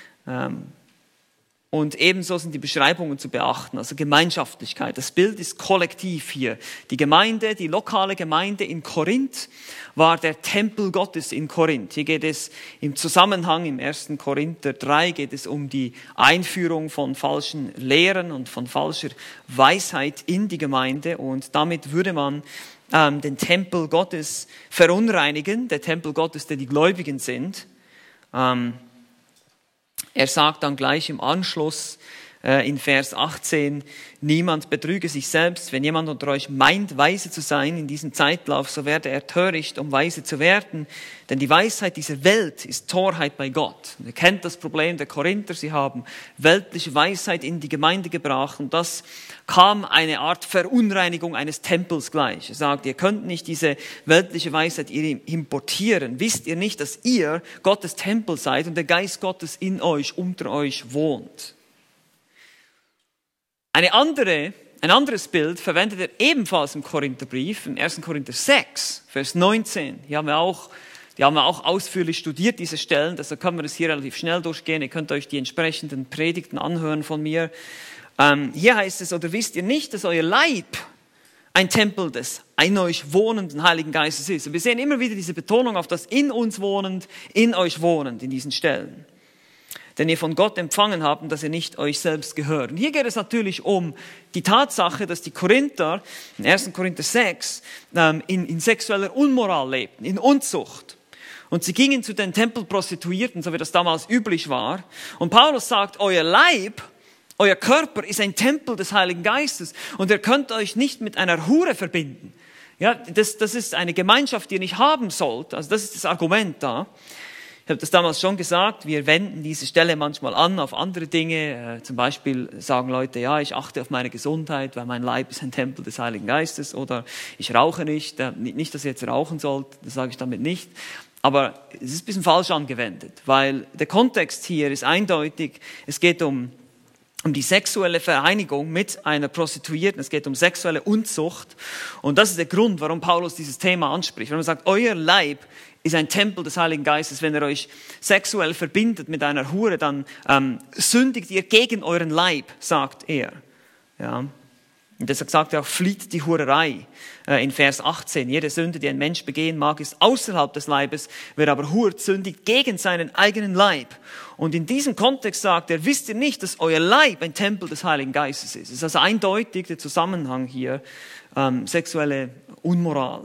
Und ebenso sind die Beschreibungen zu beachten, also Gemeinschaftlichkeit. Das Bild ist kollektiv hier. Die Gemeinde, die lokale Gemeinde in Korinth war der Tempel Gottes in Korinth. Hier geht es im Zusammenhang, im 1. Korinther 3 geht es um die Einführung von falschen Lehren und von falscher Weisheit in die Gemeinde. Und damit würde man den Tempel Gottes verunreinigen, der Tempel Gottes, der die Gläubigen sind. Er sagt dann gleich im Anschluss, in Vers 18, niemand betrüge sich selbst, wenn jemand unter euch meint, weise zu sein in diesem Zeitlauf, so werde er töricht, um weise zu werden, denn die Weisheit dieser Welt ist Torheit bei Gott. Und ihr kennt das Problem der Korinther, sie haben weltliche Weisheit in die Gemeinde gebracht und das kam eine Art Verunreinigung eines Tempels gleich. Er sagt, ihr könnt nicht diese weltliche Weisheit importieren. Wisst ihr nicht, dass ihr Gottes Tempel seid und der Geist Gottes in euch, unter euch wohnt? Ein anderes Bild verwendet er ebenfalls im Korintherbrief, im 1. Korinther 6, Vers 19. Die haben wir auch ausführlich studiert, diese Stellen, deshalb können wir das hier relativ schnell durchgehen. Ihr könnt euch die entsprechenden Predigten anhören von mir. Hier heißt es, oder wisst ihr nicht, dass euer Leib ein Tempel des in euch wohnenden Heiligen Geistes ist? Und wir sehen immer wieder diese Betonung auf das in uns wohnend, in euch wohnend in diesen Stellen. Den ihr von Gott empfangen habt und dass ihr nicht euch selbst gehört. Und hier geht es natürlich um die Tatsache, dass die Korinther, in 1. Korinther 6, in sexueller Unmoral lebten, in Unzucht. Und sie gingen zu den Tempelprostituierten, so wie das damals üblich war. Und Paulus sagt, euer Leib, euer Körper ist ein Tempel des Heiligen Geistes und ihr könnt euch nicht mit einer Hure verbinden. Ja, das ist eine Gemeinschaft, die ihr nicht haben sollt. Also das ist das Argument da. Ich habe das damals schon gesagt, wir wenden diese Stelle manchmal an auf andere Dinge. Zum Beispiel sagen Leute, ja, ich achte auf meine Gesundheit, weil mein Leib ist ein Tempel des Heiligen Geistes. Oder ich rauche nicht. Nicht, dass ihr jetzt rauchen sollt, das sage ich damit nicht. Aber es ist ein bisschen falsch angewendet, weil der Kontext hier ist eindeutig. Es geht um die sexuelle Vereinigung mit einer Prostituierten. Es geht um sexuelle Unzucht. Und das ist der Grund, warum Paulus dieses Thema anspricht. Wenn man sagt, euer Leib ist ein Tempel des Heiligen Geistes. Wenn ihr euch sexuell verbindet mit einer Hure, dann sündigt ihr gegen euren Leib, sagt er. Ja. Und deshalb sagt er auch, flieht die Hurerei in Vers 18. Jede Sünde, die ein Mensch begehen mag, ist außerhalb des Leibes. Wer aber hurt, sündigt gegen seinen eigenen Leib. Und in diesem Kontext sagt er, wisst ihr nicht, dass euer Leib ein Tempel des Heiligen Geistes ist. Es ist also eindeutig der Zusammenhang hier, sexuelle Unmoral.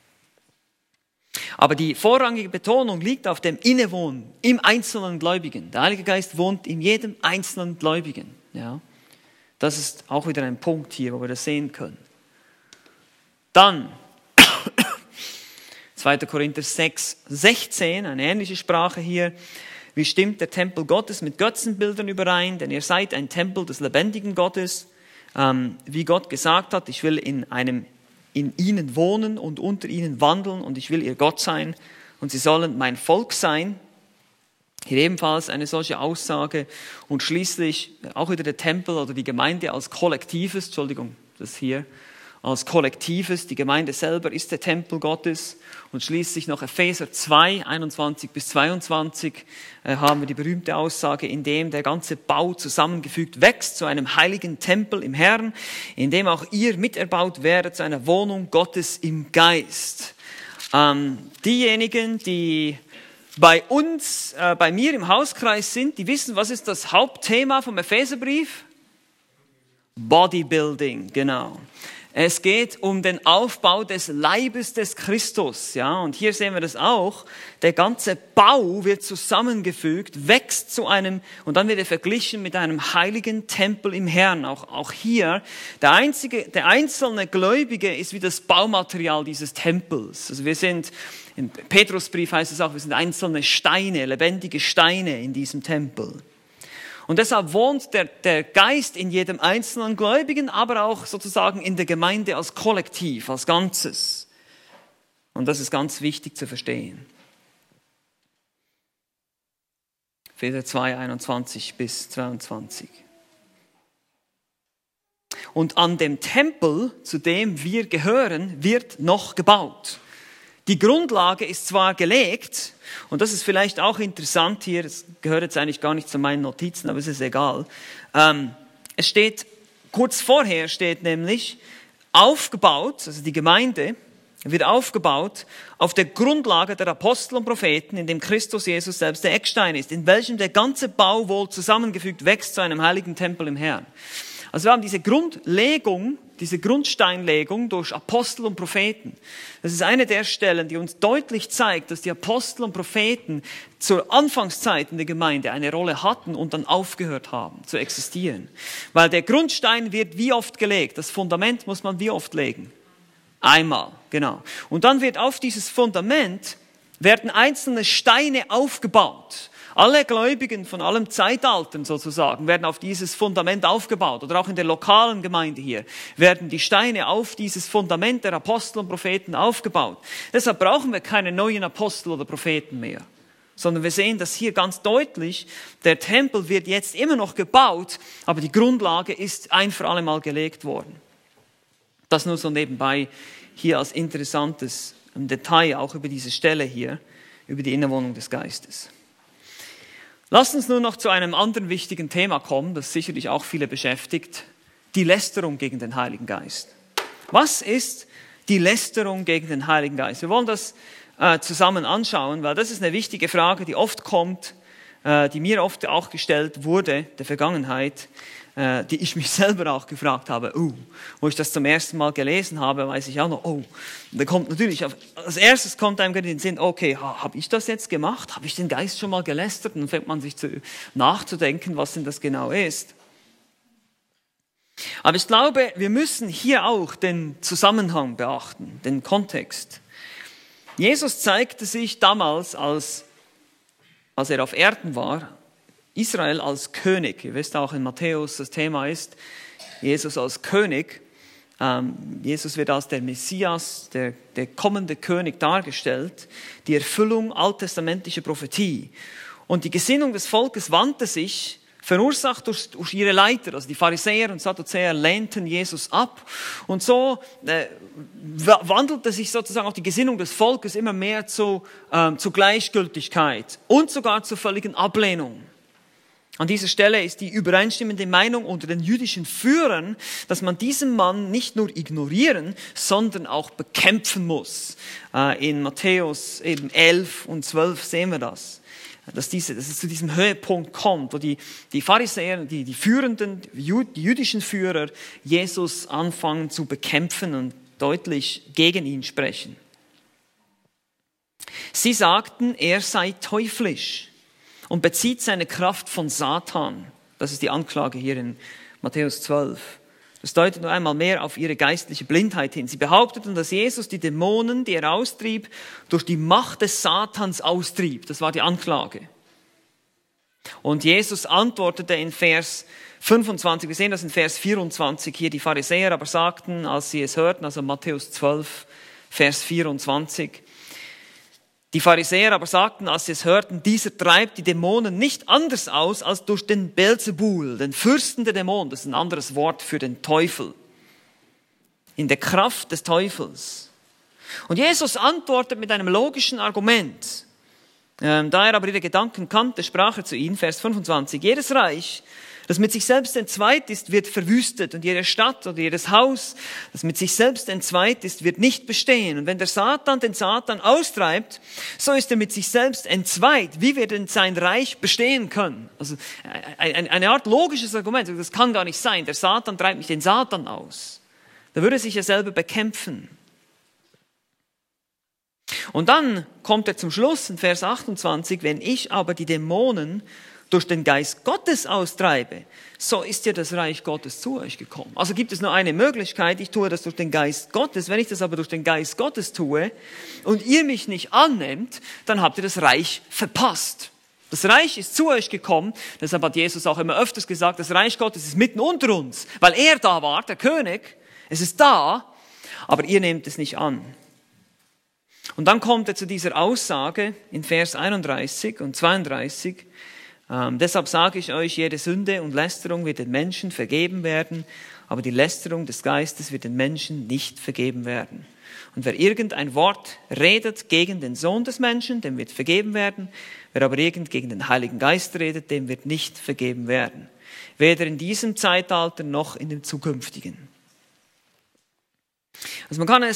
Aber die vorrangige Betonung liegt auf dem Innewohnen im einzelnen Gläubigen. Der Heilige Geist wohnt in jedem einzelnen Gläubigen. Ja. Das ist auch wieder ein Punkt hier, wo wir das sehen können. Dann 2. Korinther 6, 16, eine ähnliche Sprache hier. Wie stimmt der Tempel Gottes mit Götzenbildern überein? Denn ihr seid ein Tempel des lebendigen Gottes. Wie Gott gesagt hat, ich will in ihnen wohnen und unter ihnen wandeln und ich will ihr Gott sein und sie sollen mein Volk sein. Hier ebenfalls eine solche Aussage und schließlich auch wieder der Tempel oder die Gemeinde als Kollektives, als Kollektives, die Gemeinde selber ist der Tempel Gottes und schließlich noch Epheser 2, 21 bis 22 haben wir die berühmte Aussage, in dem der ganze Bau zusammengefügt wächst zu einem heiligen Tempel im Herrn, in dem auch ihr miterbaut werdet zu einer Wohnung Gottes im Geist. Diejenigen, die bei mir im Hauskreis sind, die wissen, was ist das Hauptthema vom Epheserbrief? Bodybuilding, genau. Es geht um den Aufbau des Leibes des Christus, ja. Und hier sehen wir das auch. Der ganze Bau wird zusammengefügt, wächst zu einem, und dann wird er verglichen mit einem heiligen Tempel im Herrn. Auch hier, der einzelne Gläubige ist wie das Baumaterial dieses Tempels. Also wir sind, im Petrusbrief heißt es auch, wir sind einzelne Steine, lebendige Steine in diesem Tempel. Und deshalb wohnt der Geist in jedem einzelnen Gläubigen, aber auch sozusagen in der Gemeinde als Kollektiv, als Ganzes. Und das ist ganz wichtig zu verstehen. Epheser 2, 21 bis 22. Und an dem Tempel, zu dem wir gehören, wird noch gebaut. Die Grundlage ist zwar gelegt, und das ist vielleicht auch interessant hier, das gehört jetzt eigentlich gar nicht zu meinen Notizen, aber es ist egal. Es steht, kurz vorher steht nämlich, aufgebaut, also die Gemeinde wird aufgebaut auf der Grundlage der Apostel und Propheten, in dem Christus Jesus selbst der Eckstein ist, in welchem der ganze Bau wohl zusammengefügt wächst zu einem heiligen Tempel im Herrn. Also wir haben diese Grundlegung diese Grundsteinlegung durch Apostel und Propheten. Das ist eine der Stellen, die uns deutlich zeigt, dass die Apostel und Propheten zur Anfangszeit in der Gemeinde eine Rolle hatten und dann aufgehört haben zu existieren. Weil der Grundstein wird wie oft gelegt? Das Fundament muss man wie oft legen? Einmal, genau. Und dann wird auf dieses Fundament werden einzelne Steine aufgebaut. Alle Gläubigen von allen Zeitaltern sozusagen werden auf dieses Fundament aufgebaut. Oder auch in der lokalen Gemeinde hier werden die Steine auf dieses Fundament der Apostel und Propheten aufgebaut. Deshalb brauchen wir keine neuen Apostel oder Propheten mehr. Sondern wir sehen das hier ganz deutlich. Der Tempel wird jetzt immer noch gebaut, aber die Grundlage ist ein für alle Mal gelegt worden. Das nur so nebenbei hier als interessantes Detail auch über diese Stelle hier, über die Innewohnung des Geistes. Lasst uns nun noch zu einem anderen wichtigen Thema kommen, das sicherlich auch viele beschäftigt, die Lästerung gegen den Heiligen Geist. Was ist die Lästerung gegen den Heiligen Geist? Wir wollen das zusammen anschauen, weil das ist eine wichtige Frage, die oft kommt, die mir oft auch gestellt wurde, der Vergangenheit, die ich mich selber auch gefragt habe, wo ich das zum ersten Mal gelesen habe, weiß ich auch noch, da kommt natürlich, als erstes kommt einem in den Sinn, okay, habe ich das jetzt gemacht? Habe ich den Geist schon mal gelästert? Und dann fängt man sich nachzudenken, was denn das genau ist. Aber ich glaube, wir müssen hier auch den Zusammenhang beachten, den Kontext. Jesus zeigte sich damals, als er auf Erden war, Israel als König. Ihr wisst auch in Matthäus, das Thema ist Jesus als König. Jesus wird als der Messias, der kommende König dargestellt. Die Erfüllung alttestamentlicher Prophetie. Und die Gesinnung des Volkes wandte sich, verursacht durch ihre Leiter. Also die Pharisäer und Sadduzäer lehnten Jesus ab. Und so wandelte sich sozusagen auch die Gesinnung des Volkes immer mehr zu Gleichgültigkeit und sogar zur völligen Ablehnung. An dieser Stelle ist die übereinstimmende Meinung unter den jüdischen Führern, dass man diesen Mann nicht nur ignorieren, sondern auch bekämpfen muss. In Matthäus eben 11 und 12 sehen wir das. Dass es zu diesem Höhepunkt kommt, wo die Pharisäer, die Führenden, die jüdischen Führer Jesus anfangen zu bekämpfen und deutlich gegen ihn sprechen. Sie sagten, er sei teuflisch und bezieht seine Kraft von Satan. Das ist die Anklage hier in Matthäus 12. Das deutet nur einmal mehr auf ihre geistliche Blindheit hin. Sie behaupteten, dass Jesus die Dämonen, die er austrieb, durch die Macht des Satans austrieb. Das war die Anklage. Und Jesus antwortete in Vers 25, wir sehen das in Vers 24 hier, die Pharisäer aber sagten, als sie es hörten, also Matthäus 12, Vers 24, die Pharisäer aber sagten, als sie es hörten, dieser treibt die Dämonen nicht anders aus als durch den Beelzebul, den Fürsten der Dämonen. Das ist ein anderes Wort für den Teufel. In der Kraft des Teufels. Und Jesus antwortet mit einem logischen Argument. Da er aber ihre Gedanken kannte, sprach er zu ihnen, Vers 25, jedes Reich, das mit sich selbst entzweit ist, wird verwüstet und jede Stadt oder jedes Haus, das mit sich selbst entzweit ist, wird nicht bestehen. Und wenn der Satan den Satan austreibt, so ist er mit sich selbst entzweit. Wie wird denn sein Reich bestehen können? Also eine Art logisches Argument. Das kann gar nicht sein. Der Satan treibt nicht den Satan aus. Da würde er sich ja selber bekämpfen. Und dann kommt er zum Schluss in Vers 28, wenn ich aber die Dämonen durch den Geist Gottes austreibe, so ist ja das Reich Gottes zu euch gekommen. Also gibt es nur eine Möglichkeit, ich tue das durch den Geist Gottes. Wenn ich das aber durch den Geist Gottes tue und ihr mich nicht annehmt, dann habt ihr das Reich verpasst. Das Reich ist zu euch gekommen, deshalb hat Jesus auch immer öfters gesagt, das Reich Gottes ist mitten unter uns, weil er da war, der König, es ist da, aber ihr nehmt es nicht an. Und dann kommt er zu dieser Aussage in Vers 31 und 32, deshalb sage ich euch, jede Sünde und Lästerung wird den Menschen vergeben werden, aber die Lästerung des Geistes wird den Menschen nicht vergeben werden. Und wer irgendein Wort redet gegen den Sohn des Menschen, dem wird vergeben werden. Wer aber irgend gegen den Heiligen Geist redet, dem wird nicht vergeben werden. Weder in diesem Zeitalter noch in dem zukünftigen. Also man kann es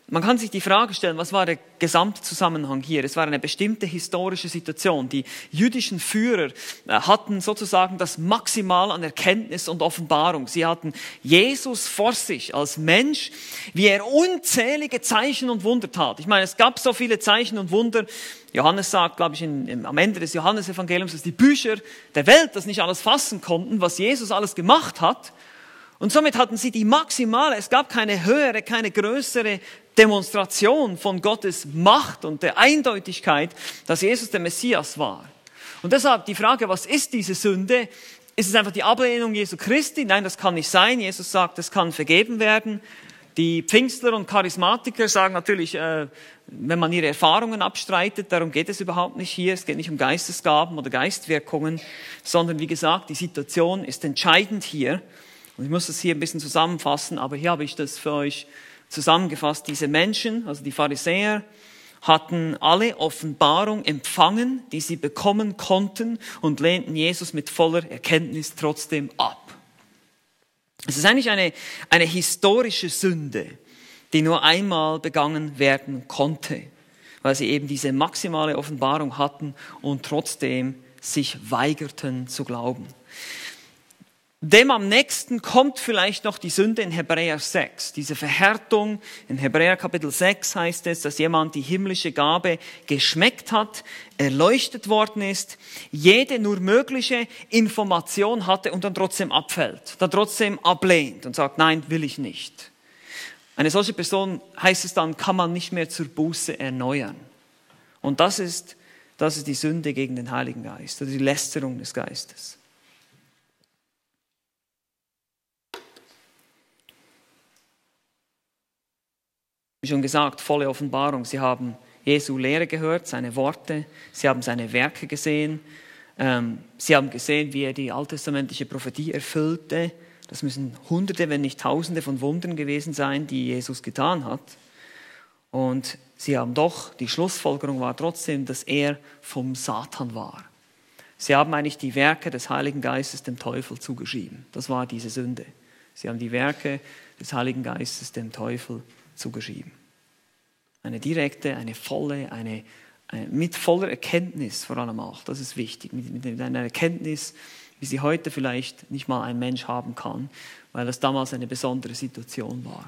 man kann sich die Frage stellen, was war der Gesamtzusammenhang hier? Es war eine bestimmte historische Situation. Die jüdischen Führer hatten sozusagen das Maximal an Erkenntnis und Offenbarung. Sie hatten Jesus vor sich als Mensch, wie er unzählige Zeichen und Wunder tat. Ich meine, es gab so viele Zeichen und Wunder. Johannes sagt, glaube ich, am Ende des Johannesevangeliums, dass die Bücher der Welt das nicht alles fassen konnten, was Jesus alles gemacht hat. Und somit hatten sie die maximale, es gab keine höhere, keine größere Demonstration von Gottes Macht und der Eindeutigkeit, dass Jesus der Messias war. Und deshalb die Frage, was ist diese Sünde? Ist es einfach die Ablehnung Jesu Christi? Nein, das kann nicht sein. Jesus sagt, es kann vergeben werden. Die Pfingstler und Charismatiker sagen natürlich, wenn man ihre Erfahrungen abstreitet, darum geht es überhaupt nicht hier. Es geht nicht um Geistesgaben oder Geistwirkungen, sondern wie gesagt, die Situation ist entscheidend hier. Und ich muss das hier ein bisschen zusammenfassen, aber hier habe ich das für euch zusammengefasst. Diese Menschen, also die Pharisäer, hatten alle Offenbarung empfangen, die sie bekommen konnten und lehnten Jesus mit voller Erkenntnis trotzdem ab. Es ist eigentlich eine historische Sünde, die nur einmal begangen werden konnte, weil sie eben diese maximale Offenbarung hatten und trotzdem sich weigerten zu glauben. Dem am nächsten kommt vielleicht noch die Sünde in Hebräer 6. Diese Verhärtung in Hebräer Kapitel 6 heißt es, dass jemand die himmlische Gabe geschmeckt hat, erleuchtet worden ist, jede nur mögliche Information hatte und dann trotzdem abfällt, dann trotzdem ablehnt und sagt, nein, will ich nicht. Eine solche Person, heißt es dann, kann man nicht mehr zur Buße erneuern. Und das ist die Sünde gegen den Heiligen Geist, oder die Lästerung des Geistes. Wie schon gesagt, volle Offenbarung. Sie haben Jesu Lehre gehört, seine Worte, sie haben seine Werke gesehen, sie haben gesehen, wie er die alttestamentliche Prophetie erfüllte. Das müssen Hunderte, wenn nicht Tausende von Wundern gewesen sein, die Jesus getan hat. Und sie haben doch, die Schlussfolgerung war trotzdem, dass er vom Satan war. Sie haben eigentlich die Werke des Heiligen Geistes dem Teufel zugeschrieben. Das war diese Sünde. Sie haben die Werke des Heiligen Geistes dem Teufel zugeschrieben. Eine direkte, eine volle, mit voller Erkenntnis vor allem auch, das ist wichtig, mit einer Erkenntnis, wie sie heute vielleicht nicht mal ein Mensch haben kann, weil das damals eine besondere Situation war.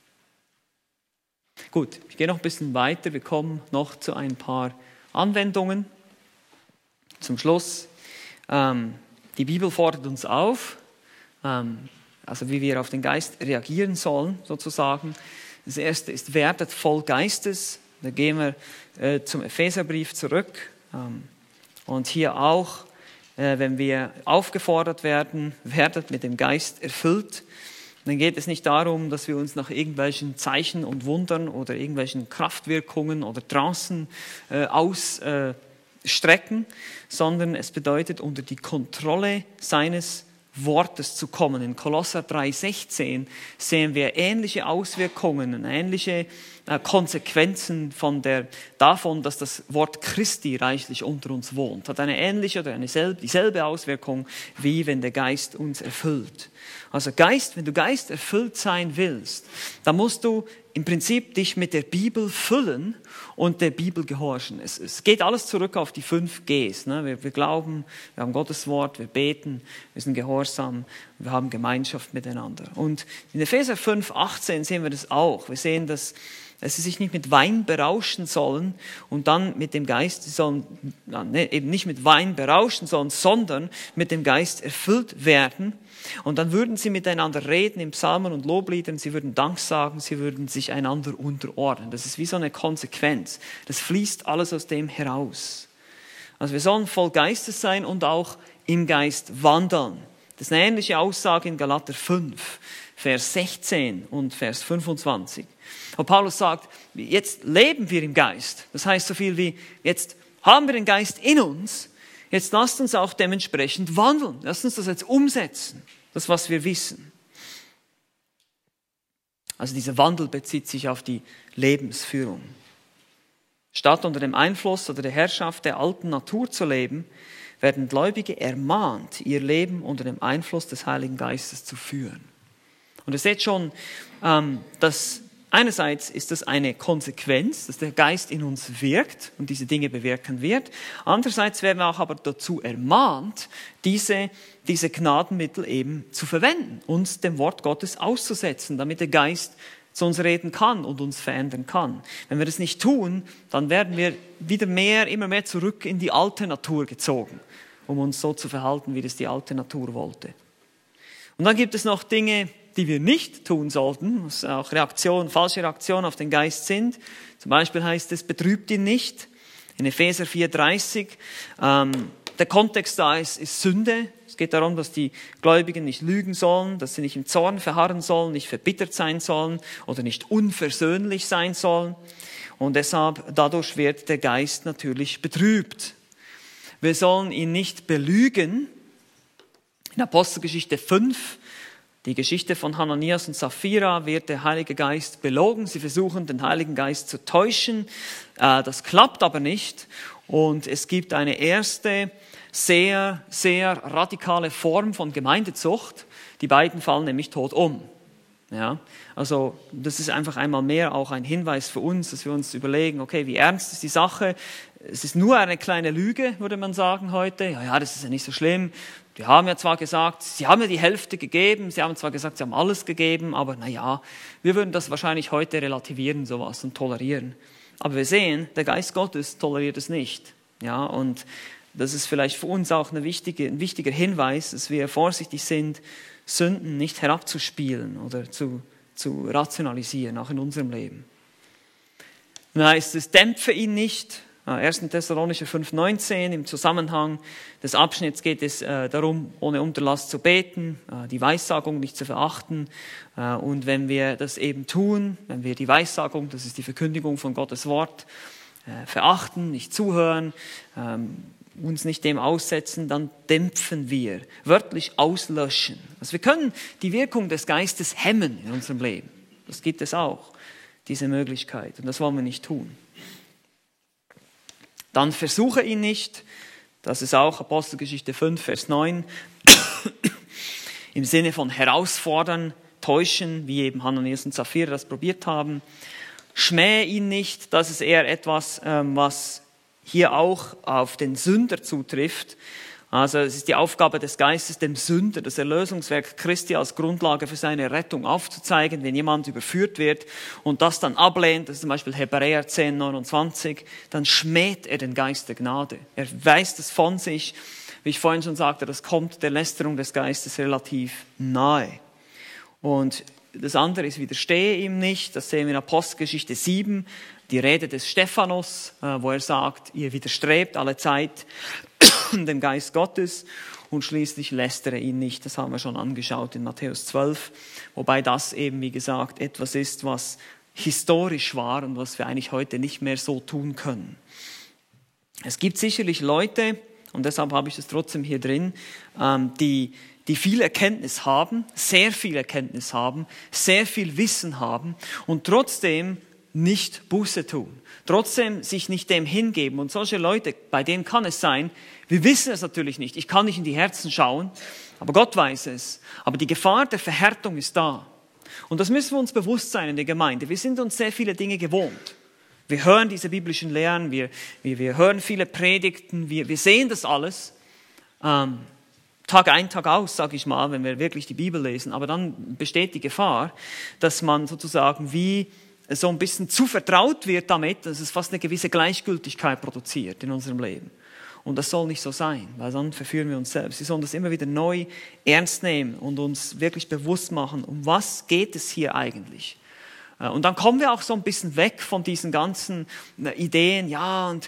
Gut, ich gehe noch ein bisschen weiter, wir kommen noch zu ein paar Anwendungen. Zum Schluss, die Bibel fordert uns auf, also wie wir auf den Geist reagieren sollen, sozusagen. Das erste ist, werdet voll Geistes. Da gehen wir zum Epheserbrief zurück. Und hier auch, wenn wir aufgefordert werden, werdet mit dem Geist erfüllt. Dann geht es nicht darum, dass wir uns nach irgendwelchen Zeichen und Wundern oder irgendwelchen Kraftwirkungen oder Trancen ausstrecken, sondern es bedeutet, unter die Kontrolle seines Wortes zu kommen. In Kolosser 3,16 sehen wir ähnliche Auswirkungen, ähnliche Konsequenzen davon, dass das Wort Christi reichlich unter uns wohnt. Hat eine ähnliche oder dieselbe Auswirkung, wie wenn der Geist uns erfüllt. Also wenn du Geist erfüllt sein willst, dann musst du im Prinzip dich mit der Bibel füllen und der Bibel gehorchen. Es geht alles zurück auf die 5 Gs. Ne? Wir glauben, wir haben Gottes Wort, wir beten, wir sind gehorsam, wir haben Gemeinschaft miteinander. Und in Epheser 5,18 sehen wir das auch. Wir sehen, dass sie sich nicht mit Wein berauschen sollen und dann mit dem Geist, eben nicht mit Wein berauschen sollen, sondern mit dem Geist erfüllt werden. Und dann würden sie miteinander reden in Psalmen und Lobliedern, sie würden Dank sagen, sie würden sich einander unterordnen. Das ist wie so eine Konsequenz. Das fließt alles aus dem heraus. Also wir sollen voll Geistes sein und auch im Geist wandeln. Das ist eine ähnliche Aussage in Galater 5, Vers 16 und Vers 25. Wo Paulus sagt, jetzt leben wir im Geist. Das heißt so viel wie, jetzt haben wir den Geist in uns, jetzt lasst uns auch dementsprechend wandeln. Lasst uns das jetzt umsetzen, das, was wir wissen. Also dieser Wandel bezieht sich auf die Lebensführung. Statt unter dem Einfluss oder der Herrschaft der alten Natur zu leben, werden Gläubige ermahnt, ihr Leben unter dem Einfluss des Heiligen Geistes zu führen. Und ihr seht schon, dass einerseits ist das eine Konsequenz, dass der Geist in uns wirkt und diese Dinge bewirken wird. Andererseits werden wir auch aber dazu ermahnt, diese Gnadenmittel eben zu verwenden, uns dem Wort Gottes auszusetzen, damit der Geist zu uns reden kann und uns verändern kann. Wenn wir das nicht tun, dann werden wir immer mehr zurück in die alte Natur gezogen, um uns so zu verhalten, wie das die alte Natur wollte. Und dann gibt es noch Dinge, die wir nicht tun sollten, was auch falsche Reaktionen auf den Geist sind. Zum Beispiel heißt es, betrübt ihn nicht. In Epheser 4,30. Der Kontext da ist Sünde. Es geht darum, dass die Gläubigen nicht lügen sollen, dass sie nicht im Zorn verharren sollen, nicht verbittert sein sollen oder nicht unversöhnlich sein sollen. Und dadurch wird der Geist natürlich betrübt. Wir sollen ihn nicht belügen. In Apostelgeschichte 5, die Geschichte von Hananias und Sapphira, wird der Heilige Geist belogen. Sie versuchen, den Heiligen Geist zu täuschen. Das klappt aber nicht. Und es gibt eine erste, sehr, sehr radikale Form von Gemeindezucht. Die beiden fallen nämlich tot um. Ja, also das ist einfach einmal mehr auch ein Hinweis für uns, dass wir uns überlegen, okay, wie ernst ist die Sache? Es ist nur eine kleine Lüge, würde man sagen heute. Ja, das ist ja nicht so schlimm. Die haben ja zwar gesagt, sie haben ja die Hälfte gegeben, sie haben zwar gesagt, sie haben alles gegeben, aber wir würden das wahrscheinlich heute relativieren, sowas, und tolerieren. Aber wir sehen, der Geist Gottes toleriert es nicht. Ja, und das ist vielleicht für uns auch ein wichtiger Hinweis, dass wir vorsichtig sind, Sünden nicht herabzuspielen oder zu rationalisieren, auch in unserem Leben. Dann heißt es, dämpfe ihn nicht. 1. Thessalonicher 5,19, im Zusammenhang des Abschnitts geht es darum, ohne Unterlass zu beten, die Weissagung nicht zu verachten. Und wenn wir das eben tun, wenn wir die Weissagung, das ist die Verkündigung von Gottes Wort, verachten, nicht zuhören, uns nicht dem aussetzen, dann dämpfen wir, wörtlich auslöschen. Also wir können die Wirkung des Geistes hemmen in unserem Leben. Das gibt es auch, diese Möglichkeit. Und das wollen wir nicht tun. Dann versuche ihn nicht. Das ist auch Apostelgeschichte 5, Vers 9. Im Sinne von herausfordern, täuschen, wie eben Hananias und Sapphira das probiert haben. Schmähe ihn nicht. Das ist eher etwas, was hier auch auf den Sünder zutrifft. Also es ist die Aufgabe des Geistes, dem Sünder das Erlösungswerk Christi als Grundlage für seine Rettung aufzuzeigen. Wenn jemand überführt wird und das dann ablehnt, das ist zum Beispiel Hebräer 10, 29, dann schmäht er den Geist der Gnade. Er weist es von sich. Wie ich vorhin schon sagte, das kommt der Lästerung des Geistes relativ nahe. Und das andere ist, widerstehe ihm nicht. Das sehen wir in Apostelgeschichte 7, die Rede des Stephanus, wo er sagt, ihr widerstrebt alle Zeit dem Geist Gottes und schließlich lästere ihn nicht. Das haben wir schon angeschaut in Matthäus 12, wobei das eben, wie gesagt, etwas ist, was historisch war und was wir eigentlich heute nicht mehr so tun können. Es gibt sicherlich Leute, und deshalb habe ich es trotzdem hier drin, die viel Erkenntnis haben, sehr viel Erkenntnis haben, sehr viel Wissen haben und trotzdem nicht Buße tun, trotzdem sich nicht dem hingeben. Und solche Leute, bei denen kann es sein, wir wissen es natürlich nicht, ich kann nicht in die Herzen schauen, aber Gott weiß es. Aber die Gefahr der Verhärtung ist da. Und das müssen wir uns bewusst sein in der Gemeinde. Wir sind uns sehr viele Dinge gewohnt. Wir hören diese biblischen Lehren, wir hören viele Predigten, wir sehen das alles. Tag ein, Tag aus, sage ich mal, wenn wir wirklich die Bibel lesen. Aber dann besteht die Gefahr, dass man sozusagen wie so ein bisschen zu vertraut wird damit, dass es fast eine gewisse Gleichgültigkeit produziert in unserem Leben. Und das soll nicht so sein, weil dann verführen wir uns selbst. Wir sollen das immer wieder neu ernst nehmen und uns wirklich bewusst machen, um was geht es hier eigentlich? Und dann kommen wir auch so ein bisschen weg von diesen ganzen Ideen, ja, und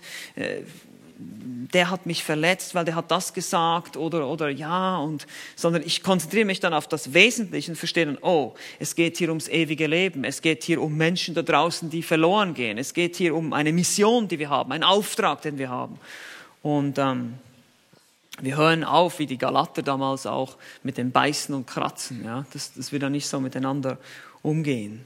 der hat mich verletzt, weil der hat das gesagt oder ja, sondern ich konzentriere mich dann auf das Wesentliche und verstehe dann, oh, es geht hier ums ewige Leben, es geht hier um Menschen da draußen, die verloren gehen, es geht hier um eine Mission, die wir haben, einen Auftrag, den wir haben. Und wir hören auf, wie die Galater damals auch mit dem Beißen und Kratzen, ja, dass wir da nicht so miteinander umgehen.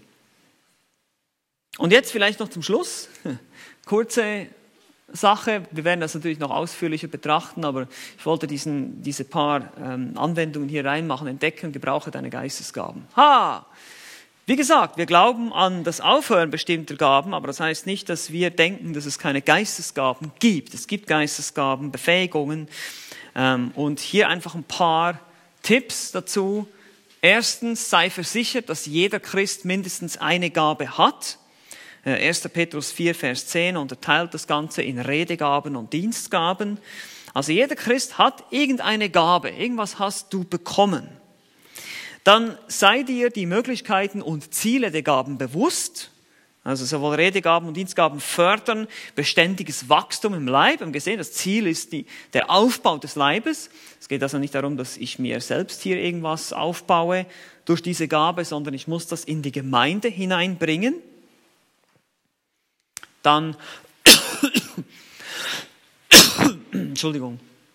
Und jetzt vielleicht noch zum Schluss, kurze Sache, wir werden das natürlich noch ausführlicher betrachten, aber ich wollte diese paar Anwendungen hier reinmachen, entdecken, gebrauche deine Geistesgaben. Wie gesagt, wir glauben an das Aufhören bestimmter Gaben, aber das heißt nicht, dass wir denken, dass es keine Geistesgaben gibt. Es gibt Geistesgaben, Befähigungen und hier einfach ein paar Tipps dazu. Erstens, sei versichert, dass jeder Christ mindestens eine Gabe hat. 1. Petrus 4, Vers 10 unterteilt das Ganze in Redegaben und Dienstgaben. Also jeder Christ hat irgendeine Gabe, irgendwas hast du bekommen. Dann sei dir die Möglichkeiten und Ziele der Gaben bewusst. Also sowohl Redegaben und Dienstgaben fördern beständiges Wachstum im Leib. Wir haben gesehen, das Ziel ist der Aufbau des Leibes. Es geht also nicht darum, dass ich mir selbst hier irgendwas aufbaue durch diese Gabe, sondern ich muss das in die Gemeinde hineinbringen. Dann, Entschuldigung,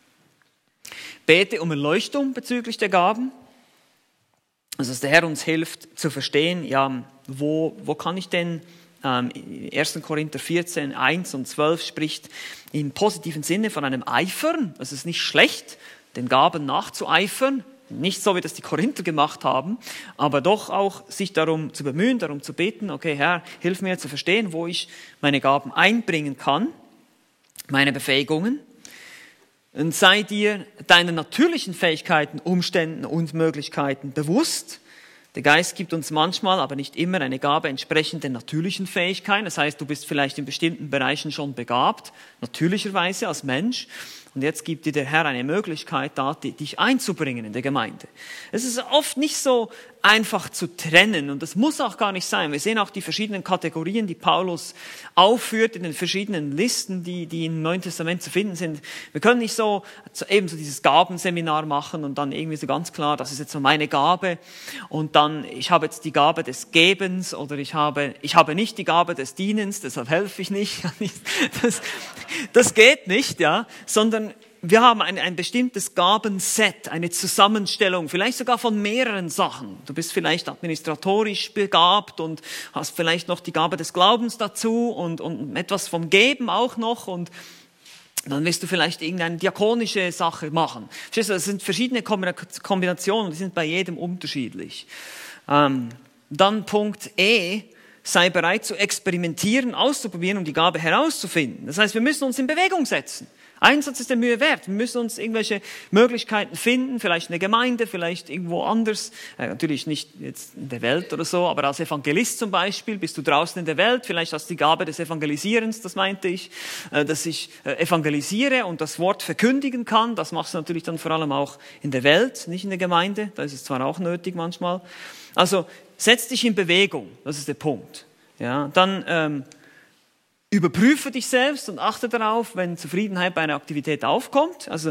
bete um Erleuchtung bezüglich der Gaben. Also dass der Herr uns hilft zu verstehen, ja, wo kann ich denn, 1. Korinther 14, 1 und 12 spricht im positiven Sinne von einem Eifern. Es ist nicht schlecht, den Gaben nachzueifern. Nicht so, wie das die Korinther gemacht haben, aber doch auch sich darum zu bemühen, darum zu beten, okay, Herr, hilf mir zu verstehen, wo ich meine Gaben einbringen kann, meine Befähigungen. Und sei dir deiner natürlichen Fähigkeiten, Umständen und Möglichkeiten bewusst. Der Geist gibt uns manchmal, aber nicht immer, eine Gabe entsprechend den natürlichen Fähigkeiten. Das heißt, du bist vielleicht in bestimmten Bereichen schon begabt, natürlicherweise als Mensch. Und jetzt gibt dir der Herr eine Möglichkeit, dich einzubringen in der Gemeinde. Es ist oft nicht so einfach zu trennen und das muss auch gar nicht sein. Wir sehen auch die verschiedenen Kategorien, die Paulus aufführt in den verschiedenen Listen, die im Neuen Testament zu finden sind. Wir können nicht eben so dieses Gabenseminar machen und dann irgendwie so ganz klar, das ist jetzt so meine Gabe und dann, ich habe jetzt die Gabe des Gebens oder ich habe nicht die Gabe des Dienens, deshalb helfe ich nicht. Das geht nicht, ja, sondern wir haben ein bestimmtes Gabenset, eine Zusammenstellung, vielleicht sogar von mehreren Sachen. Du bist vielleicht administratorisch begabt und hast vielleicht noch die Gabe des Glaubens dazu und etwas vom Geben auch noch und dann wirst du vielleicht irgendeine diakonische Sache machen. Verstehst du, das sind verschiedene Kombinationen, die sind bei jedem unterschiedlich. Dann Punkt E, sei bereit zu experimentieren, auszuprobieren, um die Gabe herauszufinden. Das heißt, wir müssen uns in Bewegung setzen. Einsatz ist der Mühe wert. Wir müssen uns irgendwelche Möglichkeiten finden, vielleicht eine Gemeinde, vielleicht irgendwo anders. Natürlich nicht jetzt in der Welt oder so, aber als Evangelist zum Beispiel bist du draußen in der Welt. Vielleicht hast du die Gabe des Evangelisierens, das meinte ich, dass ich evangelisiere und das Wort verkündigen kann. Das machst du natürlich dann vor allem auch in der Welt, nicht in der Gemeinde. Da ist es zwar auch nötig manchmal. Also setz dich in Bewegung, das ist der Punkt. Ja, dann überprüfe dich selbst und achte darauf, wenn Zufriedenheit bei einer Aktivität aufkommt. Also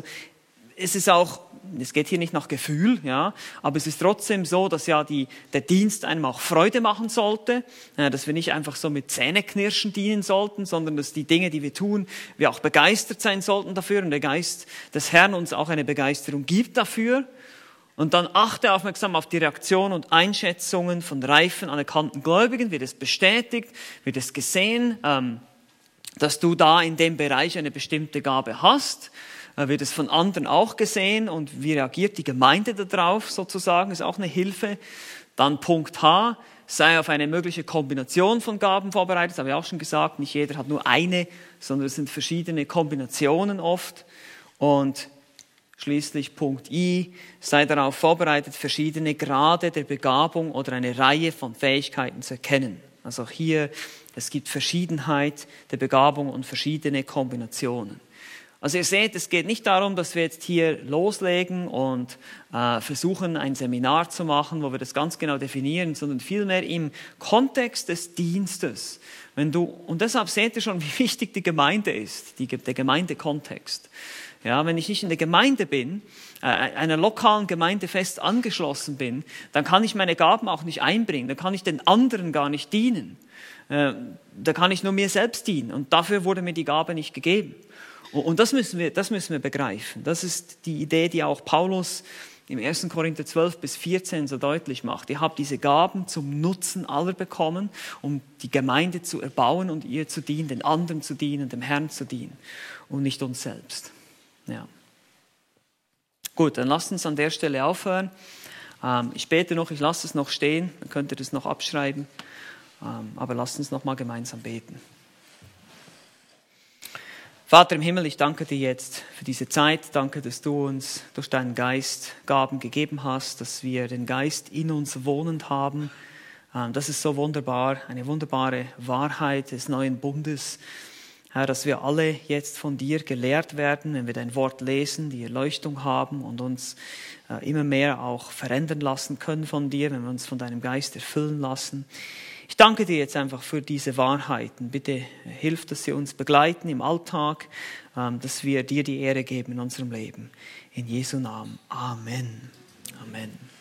es geht hier nicht nach Gefühl, ja, aber es ist trotzdem so, dass ja der Dienst einem auch Freude machen sollte, dass wir nicht einfach so mit Zähneknirschen dienen sollten, sondern dass die Dinge, die wir tun, wir auch begeistert sein sollten dafür und der Geist des Herrn uns auch eine Begeisterung gibt dafür. Und dann achte aufmerksam auf die Reaktion und Einschätzungen von reifen, anerkannten Gläubigen. Wird es bestätigt? Wird es gesehen, dass du da in dem Bereich eine bestimmte Gabe hast? Wird es von anderen auch gesehen? Und wie reagiert die Gemeinde darauf sozusagen? Ist auch eine Hilfe. Dann Punkt H, sei auf eine mögliche Kombination von Gaben vorbereitet. Das habe ich auch schon gesagt. Nicht jeder hat nur eine, sondern es sind verschiedene Kombinationen oft. Und schließlich Punkt I, sei darauf vorbereitet, verschiedene Grade der Begabung oder eine Reihe von Fähigkeiten zu erkennen. Also auch hier, es gibt Verschiedenheit der Begabung und verschiedene Kombinationen. Also ihr seht, es geht nicht darum, dass wir jetzt hier loslegen und versuchen, ein Seminar zu machen, wo wir das ganz genau definieren, sondern vielmehr im Kontext des Dienstes. Und deshalb seht ihr schon, wie wichtig die Gemeinde ist, der Gemeindekontext. Ja, wenn ich nicht in der Gemeinde bin, einer lokalen Gemeinde fest angeschlossen bin, dann kann ich meine Gaben auch nicht einbringen, dann kann ich den anderen gar nicht dienen. Da kann ich nur mir selbst dienen und dafür wurde mir die Gabe nicht gegeben. Und das müssen wir begreifen. Das ist die Idee, die auch Paulus im 1. Korinther 12 bis 14 so deutlich macht. Ihr habt diese Gaben zum Nutzen aller bekommen, um die Gemeinde zu erbauen und ihr zu dienen, den anderen zu dienen, dem Herrn zu dienen und nicht uns selbst. Ja. Gut, dann lasst uns an der Stelle aufhören. Ich bete noch, ich lasse es noch stehen, dann könnt ihr das noch abschreiben. Aber lasst uns noch mal gemeinsam beten. Vater im Himmel, ich danke dir jetzt für diese Zeit. Danke, dass du uns durch deinen Geist Gaben gegeben hast, dass wir den Geist in uns wohnend haben. Das ist so wunderbar, eine wunderbare Wahrheit des neuen Bundes. Herr, dass wir alle jetzt von dir gelehrt werden, wenn wir dein Wort lesen, die Erleuchtung haben und uns immer mehr auch verändern lassen können von dir, wenn wir uns von deinem Geist erfüllen lassen. Ich danke dir jetzt einfach für diese Wahrheiten. Bitte hilf, dass sie uns begleiten im Alltag, dass wir dir die Ehre geben in unserem Leben. In Jesu Namen. Amen. Amen.